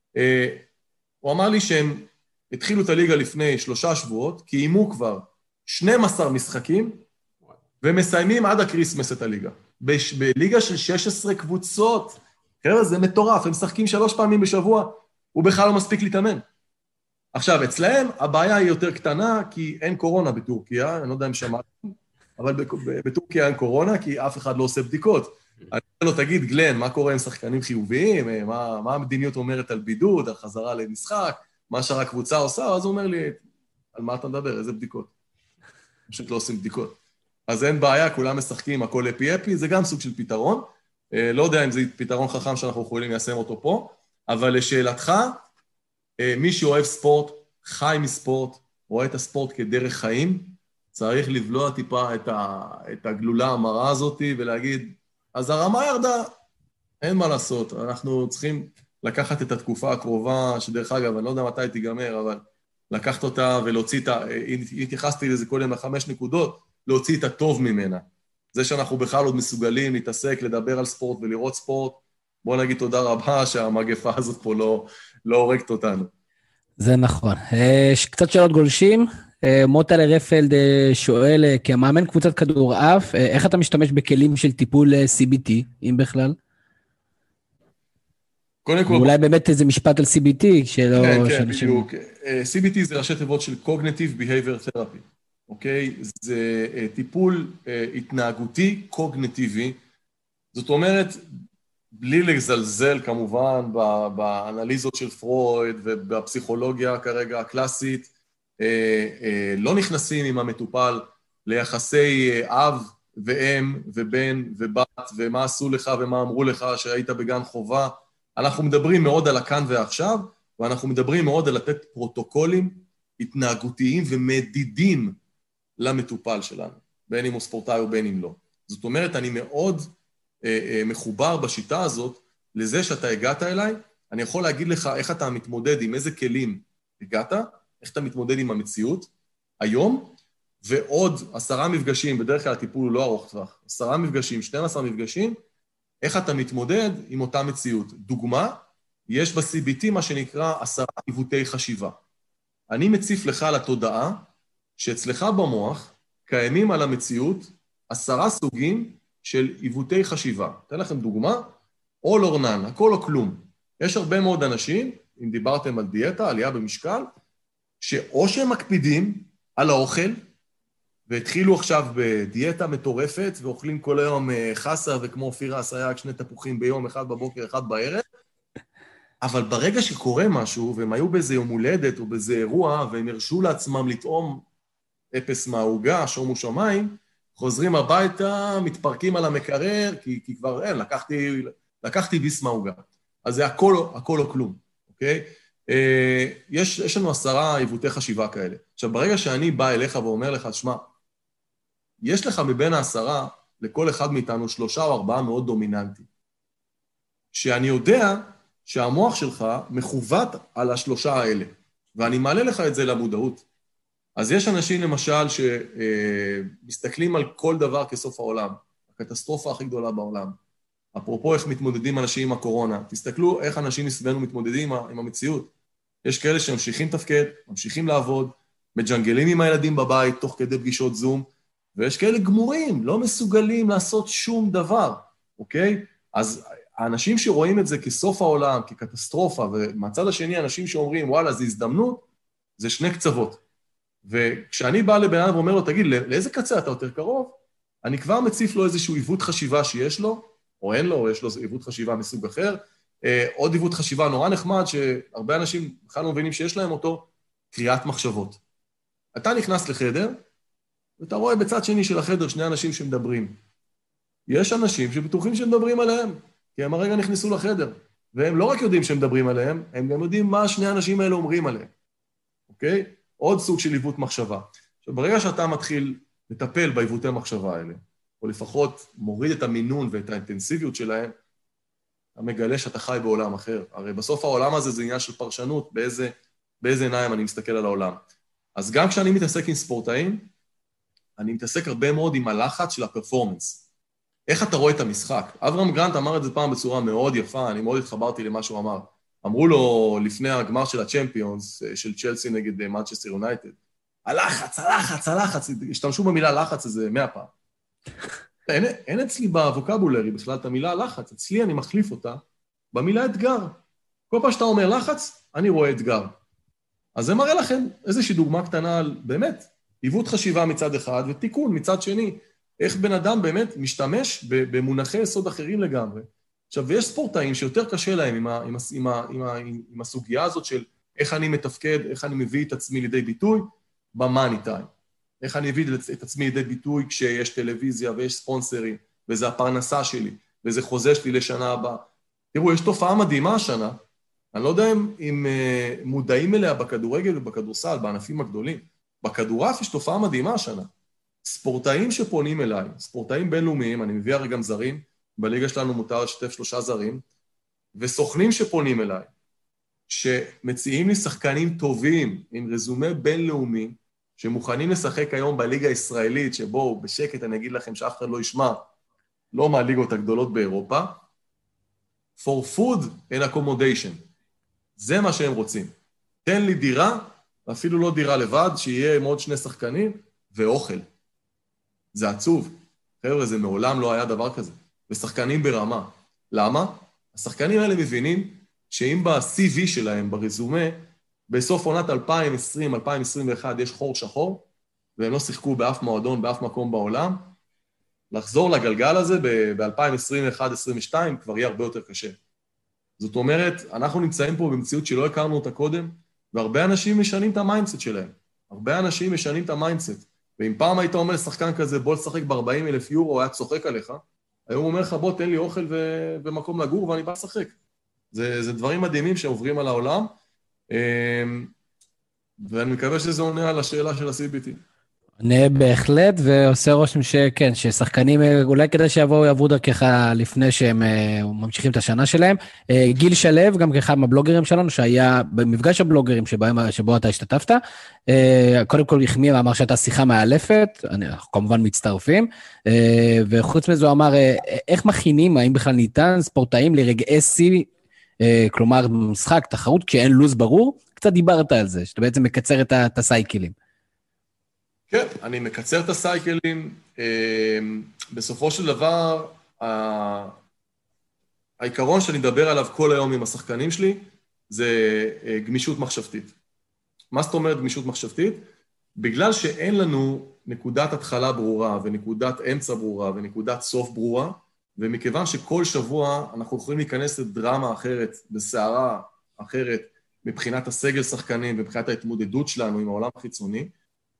הוא אמר לי שהם התחילו את הליגה לפני 3 שבועות, כי אימו כבר 12 משחקים, ומסיימים עד הקריסמס את הליגה. בליגה של 16 קבוצות. חבר'ה, זה מטורף, הם משחקים 3 פעמים בשבוע, הוא בכלל לא מספיק להתאמן. עכשיו, אצלהם הבעיה היא יותר קטנה, כי אין קורונה בטורקיה, אני לא יודע אם שמעתם, אבל בטורקיה אין קורונה, כי אף אחד לא עושה בדיקות. אני אומר לו, תגיד, גלן, מה קורה עם שחקנים חיוביים? מה המדיניות אומרת על בידוד, על חזרה למשחק? מה שהר הקבוצה עושה? אז הוא אומר לי, על מה אתה מדבר? איזה בדיקות? פשוט לא עושים בדיקות. אז אין בעיה, כולם משחקים, הכל אפי-אפי, זה גם סוג של פתרון. לא יודע אם זה פתרון חכם שאנחנו יכולים ליישם אותו פה, אבל לשאלתך, מי שאוהב ספורט, חי מספורט, רואה את הספורט כדרך חיים, צריך לבלוע טיפה את הגלולה המרה הזאת ולהגיד, אז הרמה ירדה, אין מה לעשות, אנחנו צריכים לקחת את התקופה הקרובה, שדרך אגב, אני לא יודע מתי תיגמר, אבל לקחת אותה ולהוציא את התייחסתי לזה קודם 5 נקודות, להוציא את הטוב ממנה. זה שאנחנו בכלל עוד מסוגלים להתעסק, לדבר על ספורט ולראות ספורט, בוא נגיד תודה רבה שהמגפה הזאת פה לא הורגת אותנו. זה נכון. קצת שאלות גולשים. מוטלה רפלד שואל, כמאמן קבוצת כדורעף, איך אתה משתמש בכלים של טיפול CBT, אם בכלל? קודם כל... אולי באמת איזה משפט על CBT, שלא... כן, בדיוק. CBT זה ראשי תיבות של Cognitive Behavior Therapy, אוקיי? זה טיפול התנהגותי קוגניטיבי, זאת אומרת, בלי לזלזל כמובן באנליזות של פרויד ובפסיכולוגיה כרגע הקלאסית, לא נכנסים עם המטופל ליחסי אב ואם ובן ובת ומה עשו לך ומה אמרו לך שהיית בגן חובה. אנחנו מדברים מאוד על הכאן ועכשיו, ואנחנו מדברים מאוד על לתת פרוטוקולים התנהגותיים ומדידים למטופל שלנו, בין אם הוא ספורטאי או בין אם לא. זאת אומרת, אני מאוד מחובר בשיטה הזאת לזה שאתה הגעת אליי, אני יכול להגיד לך איך אתה מתמודד, עם איזה כלים הגעת, איך אתה מתמודד עם המציאות היום, ועוד 10 מפגשים, בדרך כלל הטיפול הוא לא ארוך טווח, 10 מפגשים, 12 מפגשים, איך אתה מתמודד עם אותה מציאות. דוגמה, יש ב-CBT מה שנקרא 10 עיוותי חשיבה. אני מציף לך לתודעה שאצלך במוח קיימים על המציאות 10 סוגים של עיוותי חשיבה. אתן לכם דוגמה, all or none, הכל או כלום. יש הרבה מאוד אנשים, אם דיברתם על דיאטה, עלייה במשקל, שאו שהם מקפידים על האוכל, והתחילו עכשיו בדיאטה מטורפת, ואוכלים כל היום חסה, וכמו אופירה אסייג 2 תפוחים ביום, 1 בבוקר, 1 בערב, אבל ברגע שקורה משהו, והם היו באיזה יום הולדת או באיזה אירוע, והם הרשו לעצמם לטעום אפס מהעוגה, שומו שמיים, חוזרים הביתה, מתפרקים על המקרר, כי כבר אין, לקחתי ביס מהעוגה. אז זה הכל או כלום, אוקיי? יש לנו 10 עיוותי חשיבה כאלה. עכשיו, ברגע שאני בא אליך ואומר לך, שמע, יש לך מבין 10, לכל אחד מאיתנו 3 או 4 מאוד דומיננטיים. שאני יודע שהמוח שלך מכוות על 3 האלה, ואני מעלה לך את זה למודעות. אז יש אנשים למשל שמסתכלים על כל דבר כסוף העולם, הקטסטרופה הכי גדולה בעולם. אפרופו איך מתמודדים אנשים עם הקורונה, תסתכלו איך אנשים מסביבנו מתמודדים עם המציאות. יש כאלה שממשיכים תפקד, ממשיכים לעבוד, מג'נגלים עם הילדים בבית תוך כדי פגישות זום, ויש כאלה גמורים, לא מסוגלים לעשות שום דבר, אוקיי? אז האנשים שרואים את זה כסוף העולם, כקטסטרופה, ומהצד השני אנשים שאומרים, וואלה, זו הזדמנות, זה 2 קצוות. וכשאני בא לבן אדם ואומר לו, תגיד, לאיזה קצה אתה יותר קרוב? אני כבר מציף לו איזשהו עיוות חשיבה שיש לו, או אין לו, או יש לו עיוות חשיבה מסוג אחר. עוד עיוות חשיבה נורא נחמד, שהרבה אנשים בכלל לא מבינים שיש להם אותו, קריאת מחשבות. אתה נכנס לחדר, ואתה רואה בצד שני של החדר 2 אנשים שמדברים. יש אנשים שבטוחים שמדברים עליהם, כי הם הרגע נכנסו לחדר, והם לא רק יודעים שמדברים עליהם, הם גם יודעים מה 2 האנשים האלה אומרים עליהם. אוקיי? עוד סוג של עיוות מחשבה. עכשיו, ברגע שאתה מתחיל לטפל בעיוותי מחשבה האלה, או לפחות מוריד את המינון ואת האינטנסיביות שלהם, אתה מגלה שאתה חי בעולם אחר. הרי בסוף העולם הזה זה עניין של פרשנות, באיזה עיניים אני מסתכל על העולם. אז גם כשאני מתעסק עם ספורטאים, אני מתעסק הרבה מאוד עם הלחץ של הפרפורמנס. איך אתה רואה את המשחק? אברהם גרנט אמר את זה פעם בצורה מאוד יפה, אני מאוד התחברתי למה שהוא אמר. אמרו לו לפני הגמר של הצ'מפיונס, של צ'לסי נגד מנצ'סטר יונייטד, הלחץ, השתמשו במילה לחץ איזה 100 פעם. אין אצלי בווקבולרי בכלל את המילה לחץ, אצלי אני מחליף אותה במילה אתגר. כל פעם שאתה אומר לחץ, אני רואה אתגר. אז זה מראה לכם איזושהי דוגמה קטנה על באמת, עיוות חשיבה מצד אחד ותיקון מצד שני, איך בן אדם באמת משתמש במונחי יסוד אחרים לגמרי. עכשיו, ויש ספורטאים שיותר קשה להם עם הסוגיה הזאת של איך אני מתפקד, איך אני מביא את עצמי לידי ביטוי במאני טיים. איך אני מביא את עצמי לידי ביטוי כשיש טלוויזיה ויש ספונסרים, וזה הפרנסה שלי, וזה חוזה שלי לשנה הבאה. תראו, יש תופעה מדהימה השנה, אני לא יודע אם מודעים אליה בכדורגל ובכדורסל, בענפים הגדולים. בכדורעף יש תופעה מדהימה השנה. ספורטאים שפונים אליי, ספורטאים בינלאומיים, אני מביא הרי גם זרים, בליגה שלנו מותר לשתף 3 זרים, וסוכנים שפונים אליי, שמציעים לי שחקנים טובים, עם רזומה בינלאומי, שמוכנים לשחק היום בליגה הישראלית, שבו בשקט אני אגיד לכם שאף אחד לא ישמע, לא מהליגות הגדולות באירופה, for food and accommodation. זה מה שהם רוצים. תן לי דירה, ואפילו לא דירה לבד, שיהיה עם עוד 2 שחקנים, ואוכל. זה עצוב. חבר'ה, זה מעולם לא היה דבר כזה. ושחקנים ברמה. למה? השחקנים האלה מבינים שאם ב-CV שלהם, ברזומה, בסוף עונת 2020-2021 יש חור שחור, והם לא שיחקו באף מועדון, באף מקום בעולם, לחזור לגלגל הזה ב-2021-2022 כבר יהיה הרבה יותר קשה. זאת אומרת, אנחנו נמצאים פה במציאות שלא הכרנו אותה קודם, והרבה אנשים משנים את המיינדסט שלהם. הרבה אנשים משנים את המיינדסט. ואם פעם היית אומר לשחקן כזה, בוא לשחק ב-40,000 יורו, היה צוחק עליך, היום הוא אומר לך, בוא תן לי אוכל ומקום לגור, ואני בא לשחק. זה דברים מדהימים שעוברים על העולם, ואני מקווה שזה עונה על השאלה של ה-CBT. עונה בהחלט, ועושה רושם שכן, ששחקנים אולי כדי שיבואו יעברו דרכך לפני שהם ממשיכים את השנה שלהם. גיל שלו, גם כאחד מהבלוגרים שלנו, שהיה במפגש הבלוגרים שבו אתה השתתפת, קודם כל החמיא ואמר שהייתה שיחה מאלפת, אנחנו כמובן מצטרפים, וחוץ מזה הוא אמר, איך מכינים, האם בכלל ניתן ספורטאים לרגעי שיא, כלומר משחק, תחרות, כשאין לוז ברור, קצת דיברת על זה, שאתה בעצם מקצר את הסייקלים. כן, אני מקצר את הסייקלים. בסופו של דבר, העיקרון שאני מדבר עליו כל היום עם השחקנים שלי, זה גמישות מחשבתית. מה זאת אומרת גמישות מחשבתית? בגלל שאין לנו נקודת התחלה ברורה, ונקודת אמצע ברורה, ונקודת סוף ברורה, ומכיוון שכל שבוע אנחנו יכולים להיכנס לדרמה אחרת, בסערה אחרת, מבחינת הסגל שחקנים, ומבחינת ההתמודדות שלנו עם העולם החיצוני,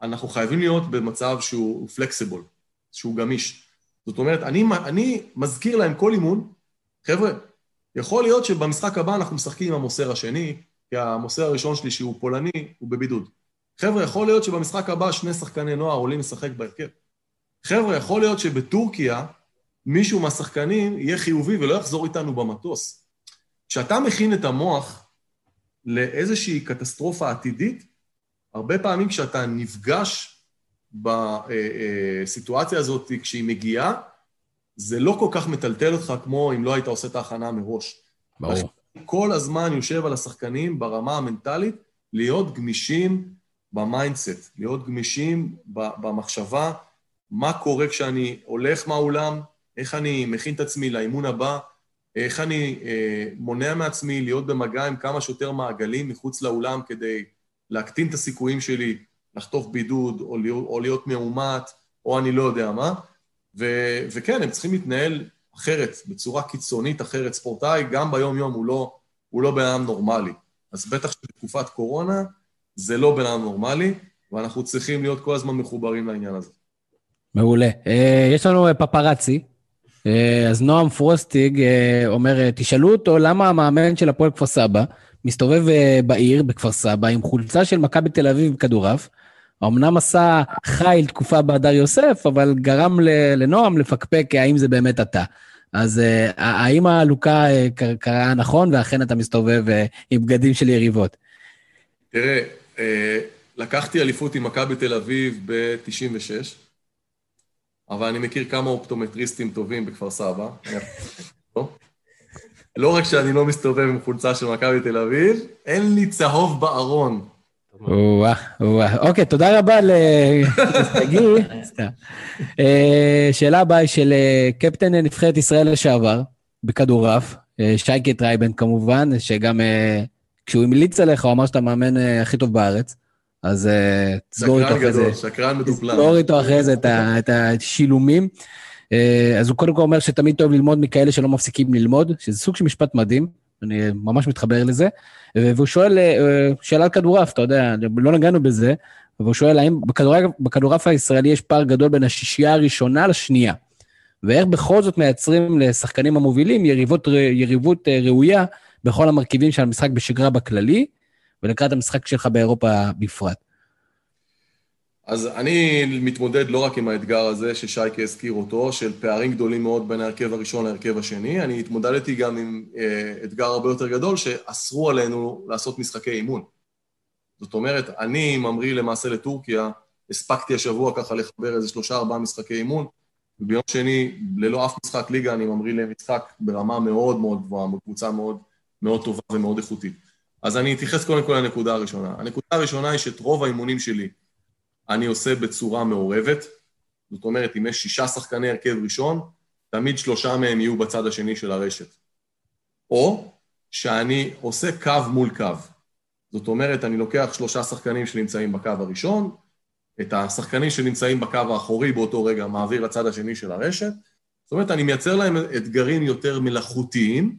אנחנו חייבים להיות במצב שהוא flexible, שהוא גמיש. זאת אומרת, אני מזכיר להם כל אימון, חבר'ה, יכול להיות שבמשחק הבא אנחנו משחקים עם המוסר השני, כי המוסר הראשון שלי שהוא פולני, הוא בבידוד. חבר'ה, יכול להיות שבמשחק הבא 2 שחקני נוער עולים לשחק בהרכב. חבר'ה, יכול להיות שבטורקיה מישהו מהשחקנים יהיה חיובי ולא יחזור איתנו במטוס. כשאתה מכין את המוח לאיזושהי קטסטרופה עתידית, הרבה פעמים כשאתה נפגש בסיטואציה הזאת, כשהיא מגיעה, זה לא כל כך מטלטל אותך כמו אם לא היית עושה את ההכנה מראש. ברור. כל הזמן יושב על השחקנים ברמה המנטלית, להיות גמישים במיינדסט, להיות גמישים במחשבה, מה קורה כשאני הולך מהאולם, איך אני מכין את עצמי לאימון הבא, איך אני מונע מעצמי להיות במגע עם כמה שיותר מעגלים מחוץ לאולם כדי להקטין את הסיכויים שלי לחטוף בידוד או להיות מאומת, או אני לא יודע מה. וכן, הם צריכים להתנהל אחרת, בצורה קיצונית אחרת. ספורטאי, גם ביום יום הוא לא בן אדם נורמלי. אז בטח שבתקופת קורונה זה לא בן אדם נורמלי, ואנחנו צריכים להיות כל הזמן מחוברים לעניין הזה. מעולה. יש לנו פפרצי, אז נועם פרוסטיג אומר, תשאלו אותו למה המאמן של הפועל כפר סבא מסתובב בעיר בכפר סבא עם חולצה של מכבי תל אביב בכדורעף, אמנם עשה חיל תקופה באדר יוסף, אבל גרם לנועם לפקפק האם זה באמת אתה. אז האם העלוקה קרה נכון, ואכן אתה מסתובב עם בגדים של יריבות? תראה, לקחתי אליפות עם מכבי תל אביב ב-96, אבל אני מכיר כמה אופטומטריסטים טובים בכפר סבא. לא רק שאני לא מסתובב עם חולצה של מכבי תל אביב, אין לי צהוב בארון. אוקיי, תודה רבה לסטגי. שאלה הבאה היא של קפטן נבחרת ישראל לשעבר, בכדורעף, שייקה טרייבן כמובן, שגם כשהוא המליץ עליך, הוא אמר שאתה מאמן הכי טוב בארץ, אז תסגור איתו אחרי זה. שקרן מדופלם. תסגור איתו אחרי זה את השילומים. אז הוא קודם כל אומר שתמיד טוב ללמוד מכאלה שלא מפסיקים ללמוד, שזה סוג של משפט מדהים, אני ממש מתחבר לזה, והוא שואל, שאלה על כדורעף, אתה יודע, לא נגענו בזה, והוא שואל, האם בכדורעף הישראלי יש פער גדול בין השישייה הראשונה לשנייה, ואיך בכל זאת מייצרים לשחקנים המובילים יריבות ראויה בכל המרכיבים של המשחק בשגרה בכללי, ולקראת המשחק שלך באירופה בפרט. אז אני מתמודד לא רק עם האתגר הזה ששייקה הזכיר אותו, של פערים גדולים מאוד בין ההרכב הראשון להרכב השני, אני התמודדתי גם עם אתגר הרבה יותר גדול, שאסרו עלינו לעשות משחקי אימון. זאת אומרת, אני ממריא למעשה לטורקיה, הספקתי השבוע ככה לחבר איזה 3-4 משחקי אימון, וביום שני, ללא אף משחק ליגה, אני ממריא למשחק ברמה מאוד מאוד גבוהה, קבוצה מאוד, מאוד טובה ומאוד איכותית. אז אני אתייחס קודם כל לנקודה הראשונה. הנקודה הראשונה היא שאת רוב האימונים שלי אני עושה בצורה מעורבת, זאת אומרת, אם יש 6 שחקני הרכב ראשון, תמיד 3 מהם יהיו בצד השני של הרשת. או שאני עושה קו מול קו. זאת אומרת, אני לוקח 3 שחקנים שנמצאים בקו הראשון, את השחקנים שנמצאים בקו האחורי באותו רגע מעביר לצד השני של הרשת, זאת אומרת, אני מייצר להם אתגרים יותר מלאכותיים,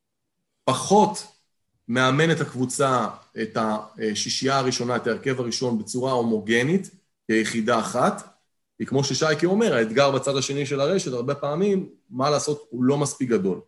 פחות מאמן את הקבוצה, את השישייה הראשונה, את ההרכב הראשון בצורה הומוגנית, כיחידה אחת, כי כמו ששייקה אומר, האתגר בצד השני של הרשת, הרבה פעמים, מה לעשות, הוא לא מספיק גדול.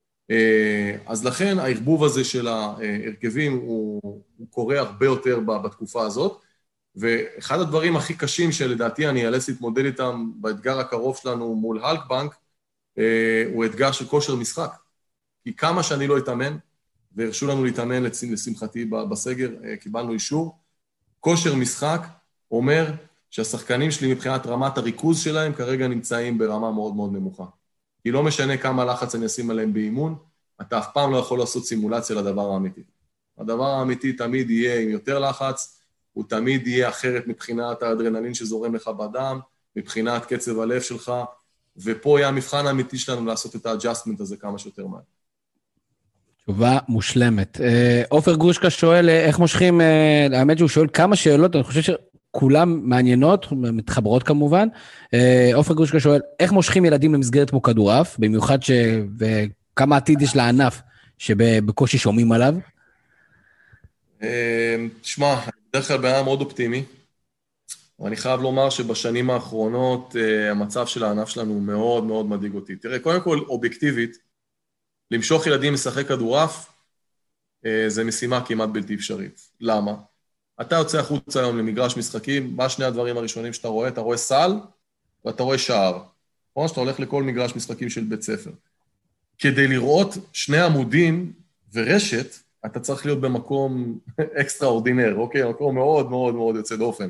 אז לכן, הערבוב הזה של ההרכבים, הוא קורה הרבה יותר בתקופה הזאת, ואחד הדברים הכי קשים שלדעתי אני אאלץ להתמודד איתם באתגר הקרוב שלנו מול הלקבנק, הוא אתגר של כושר משחק. כי כמה שאני לא אתאמן, והרשו לנו להתאמן לשמחתי בסגר, קיבלנו אישור, כושר משחק אומר שהשחקנים שלי מבחינת רמת הריכוז שלהם כרגע נמצאים ברמה מאוד מאוד נמוכה. כי לא משנה כמה לחץ אני אשים עליהם באימון, אתה אף פעם לא יכול לעשות סימולציה לדבר האמיתי. הדבר האמיתי תמיד יהיה עם יותר לחץ, הוא תמיד יהיה אחרת מבחינת האדרנלין שזורם לך בדם, מבחינת קצב הלב שלך, ופה יהיה המבחן האמיתי שלנו לעשות את האדג'סטמנט הזה כמה שיותר מהר. תשובה מושלמת. עופר גרושקה שואל איך מושכים, האמת שהוא שואל כמה שאלות, אני חושב שכולם מעניינות, מתחברות כמובן. עופר גרושקה שואל איך מושכים ילדים למסגרת כמו כדורעף, במיוחד וכמה עתיד יש לענף שבקושי שומעים עליו? תשמע, בדרך כלל בעיה מאוד אופטימי, ואני חייב לומר שבשנים האחרונות המצב של הענף שלנו מאוד מאוד מדאיג אותי. תראה, קודם כל, אובייקטיבית, למשוך ילדים לשחק כדורעף, זה משימה כמעט בלתי אפשרית. למה? אתה יוצא החוצה היום למגרש משחקים, מה שני הדברים הראשונים שאתה רואה? אתה רואה סל ואתה רואה שער. נכון? שאתה הולך לכל מגרש משחקים של בית ספר. כדי לראות שני עמודים ורשת, אתה צריך להיות במקום אקסטרה אורדינר, אוקיי? מקום מאוד מאוד מאוד יוצא דופן.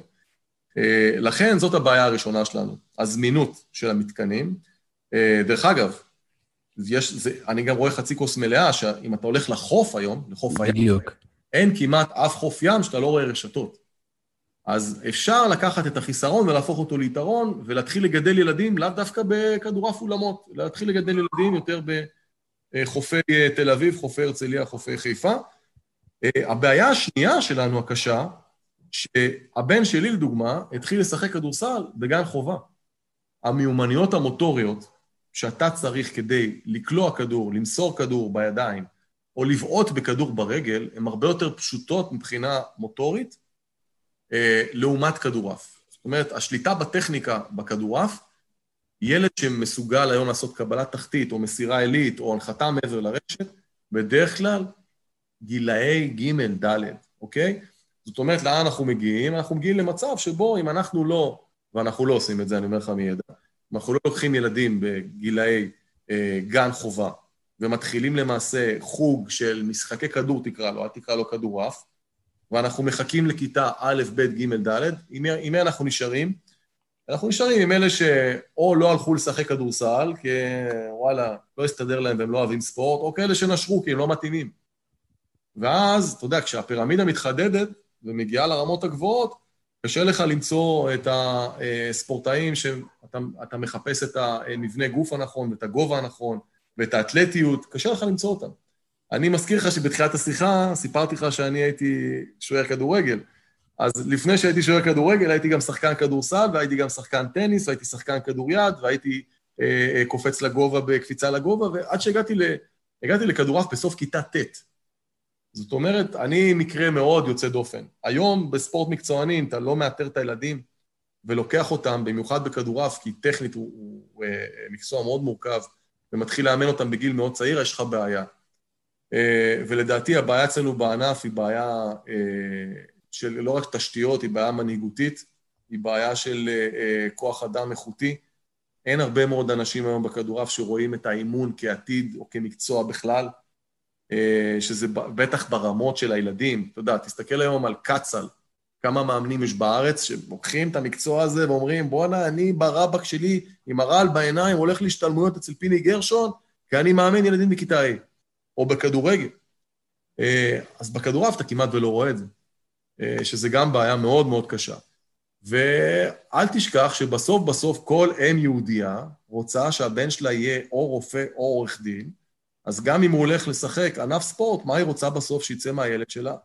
לכן זאת הבעיה הראשונה שלנו, הזמינות של המתקנים. דרך אגב, אני גם רואה חצי כוס מלאה, שאם אתה הולך לחוף היום, לחוף הים, אין כמעט אף חוף ים שאתה לא רואה רשתות. אז אפשר לקחת את החיסרון ולהפוך אותו ליתרון, ולהתחיל לגדל ילדים, לאו דווקא בכדורעף אולמות, להתחיל לגדל ילדים יותר בחופי תל אביב, חופי הרצליה, חופי חיפה. הבעיה השנייה שלנו הקשה, שהבן שלי לדוגמה, התחיל לשחק כדורסל בגן חובה. המיומנויות המוטוריות, שאתה צריך כדי לקלוע כדור, למסור כדור בידיים, או לבעוט בכדור ברגל, הן הרבה יותר פשוטות מבחינה מוטורית, לעומת כדורעף. זאת אומרת, השליטה בטכניקה בכדורעף, ילד שמסוגל היום לעשות קבלת תחתית, או מסירה עילית, או הנחתה מעבר לרשת, בדרך כלל גילאי ג' ד', אוקיי? זאת אומרת, לאן אנחנו מגיעים? אנחנו מגיעים למצב שבו אם אנחנו לא, ואנחנו לא עושים את זה, אני אומר לך מידע, אנחנו לא לוקחים ילדים בגילאי גן חובה, ומתחילים למעשה חוג של משחקי כדור תקרא לו, תקרא לו כדורעף, ואנחנו מחכים לכיתה א', ב', ג', ד', עם מי אנחנו נשארים? אנחנו נשארים עם אלה שאו לא הלכו לשחק כדורסל, כי וואלה, לא הסתדר להם והם לא אוהבים ספורט, או כאלה שנשרו כי הם לא מתאימים. ואז, אתה יודע, כשהפירמידה מתחדדת ומגיעה לרמות הגבוהות, קשה לך למצוא את הספורטאים שאתה מחפש את המבנה גוף הנכון, ואת הגובה הנכון, ואת האתלטיות, קשה לך למצוא אותם. אני מזכיר לך שבתחילת השיחה סיפרתי לך שאני הייתי שוער כדורגל. אז לפני שהייתי שוער כדורגל, הייתי גם שחקן כדורסל, והייתי גם שחקן טניס, והייתי שחקן כדוריד, והייתי קופץ לגובה בקפיצה לגובה, ועד שהגעתי לכדורעף בסוף כיתה ט'. זאת אומרת, אני מקרה מאוד יוצא דופן. היום בספורט מקצועני, אתה לא מאתר את הילדים ולוקח אותם, במיוחד בכדורעף, כי טכנית הוא מקצוע מאוד מורכב, ומתחיל לאמן אותם בגיל מאוד צעיר, יש לך בעיה. ולדעתי הבעיה אצלנו בענף היא בעיה של לא רק תשתיות, היא בעיה מנהיגותית, היא בעיה של כוח אדם איכותי. אין הרבה מאוד אנשים היום בכדורעף שרואים את האימון כעתיד או כמקצוע בכלל, שזה בטח ברמות של הילדים. אתה יודע, תסתכל היום על קצל, כמה מאמנים יש בארץ שבוקחים את המקצוע הזה ואומרים, בוא'נה, אני ברבק שלי עם הרעל בעיניים, הולך להשתלמויות אצל פיני גרשון, כי אני מאמן ילדים בכיתה A, או בכדורגל. אז בכדורעף אתה כמעט ולא רואה את זה, שזה גם בעיה מאוד מאוד קשה. ואל תשכח שבסוף כל אם יהודייה רוצה שהבן שלה יהיה או רופא או עורך דין, אז גם אם הוא הולך לשחק ענף ספורט, מה היא רוצה בסוף שיצא מהילד שלה?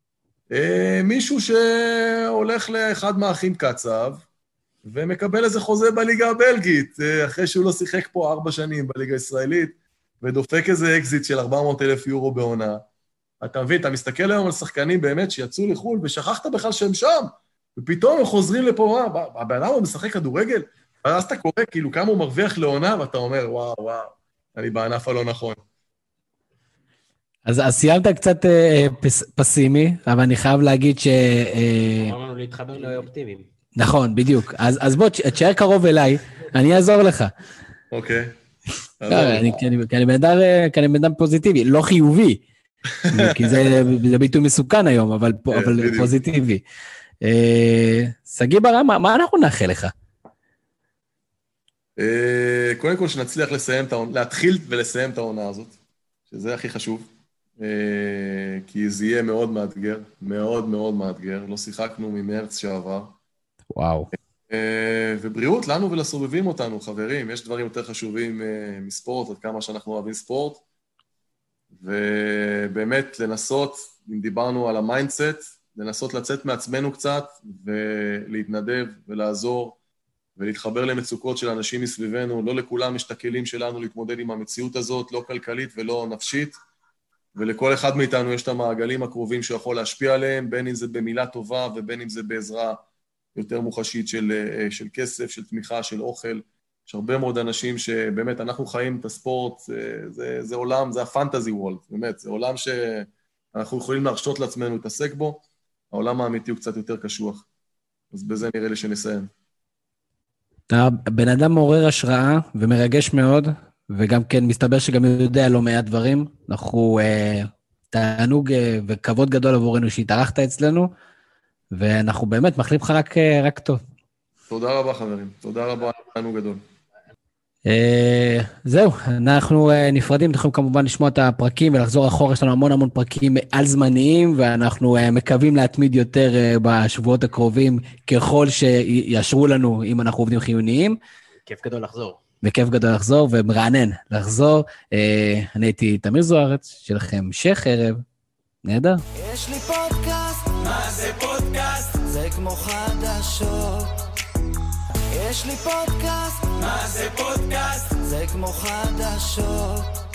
מישהו שהולך לאחד מהאחים קצב, ומקבל איזה חוזה בליגה הבלגית, אחרי שהוא לא שיחק פה 4 שנים בליגה הישראלית, ודופק איזה אקזיט של 400,000 יורו בעונה. אתה מבין, אתה מסתכל היום על שחקנים באמת שיצאו לחול, ושכחת בכלל שהם שם, ופתאום הם חוזרים לפה, הבן אדם הוא משחק כדורגל, ואז אתה קורא כאילו כמה הוא מרוויח לעונה, ואתה אומר, וואו, אני בענף הלא נכון. אז סיימת קצת פסימי, אבל אני חייב להגיד ש... אמרנו להתחבר לאופטימיים. נכון, בדיוק. אז בוא, תשאר קרוב אליי, אני אעזור לך. אוקיי. כי אני בן אדם פוזיטיבי, לא חיובי, כי זה ביטוי מסוכן היום, אבל פוזיטיבי. סגי ברם, מה אנחנו נאחל לך? קודם כל שנצליח להתחיל ולסיים את העונה הזאת, שזה הכי חשוב, כי זה יהיה מאוד מאתגר, מאוד מאוד מאתגר, לא שיחקנו ממרץ שעבר. וואו. ובריאות לנו ולסובבים אותנו, חברים, יש דברים יותר חשובים מספורט, עד כמה שאנחנו אוהבים ספורט, ובאמת לנסות, אם דיברנו על המיינדסט, לנסות לצאת מעצמנו קצת, ולהתנדב ולעזור, ולהתחבר למצוקות של אנשים מסביבנו, לא לכולם יש את הכלים שלנו להתמודד עם המציאות הזאת, לא כלכלית ולא נפשית, ולכל אחד מאיתנו יש את המעגלים הקרובים שיכול להשפיע עליהם, בין אם זה במילה טובה ובין אם זה בעזרה יותר מוחשית של כסף, של תמיכה, של אוכל. יש הרבה מאוד אנשים שבאמת אנחנו חיים את הספורט, זה עולם, זה הפנטזי וולד, באמת, זה עולם שאנחנו יכולים להרשות לעצמנו להתעסק בו, העולם האמיתי הוא קצת יותר קשוח. אז בזה נראה לי שנסיים. אתה בן אדם מעורר השראה ומרגש מאוד, וגם כן מסתבר שגם יודע לא מעט דברים. אנחנו תענוג וכבוד גדול עבורנו שהתארחת אצלנו, ואנחנו באמת מאחלים לך רק טוב. תודה רבה חברים, תודה רבה, תענוג גדול. זהו, אנחנו נפרדים, אנחנו כמובן לשמוע את הפרקים ולחזור אחורה, יש לנו המון פרקים על זמניים, ואנחנו מקווים להתמיד יותר בשבועות הקרובים, ככל שישרו לנו אם אנחנו עובדים חיוניים. כיף גדול לחזור. וכיף גדול לחזור, ומרענן לחזור. אני הייתי תמיר זוארץ, שלכם המשך ערב, נהדר. יש לי פודקאסט, מה זה פודקאסט? זה כמו חדשות. יש לי פודקאסט, מה זה פודקאסט? זה כמו חדשות.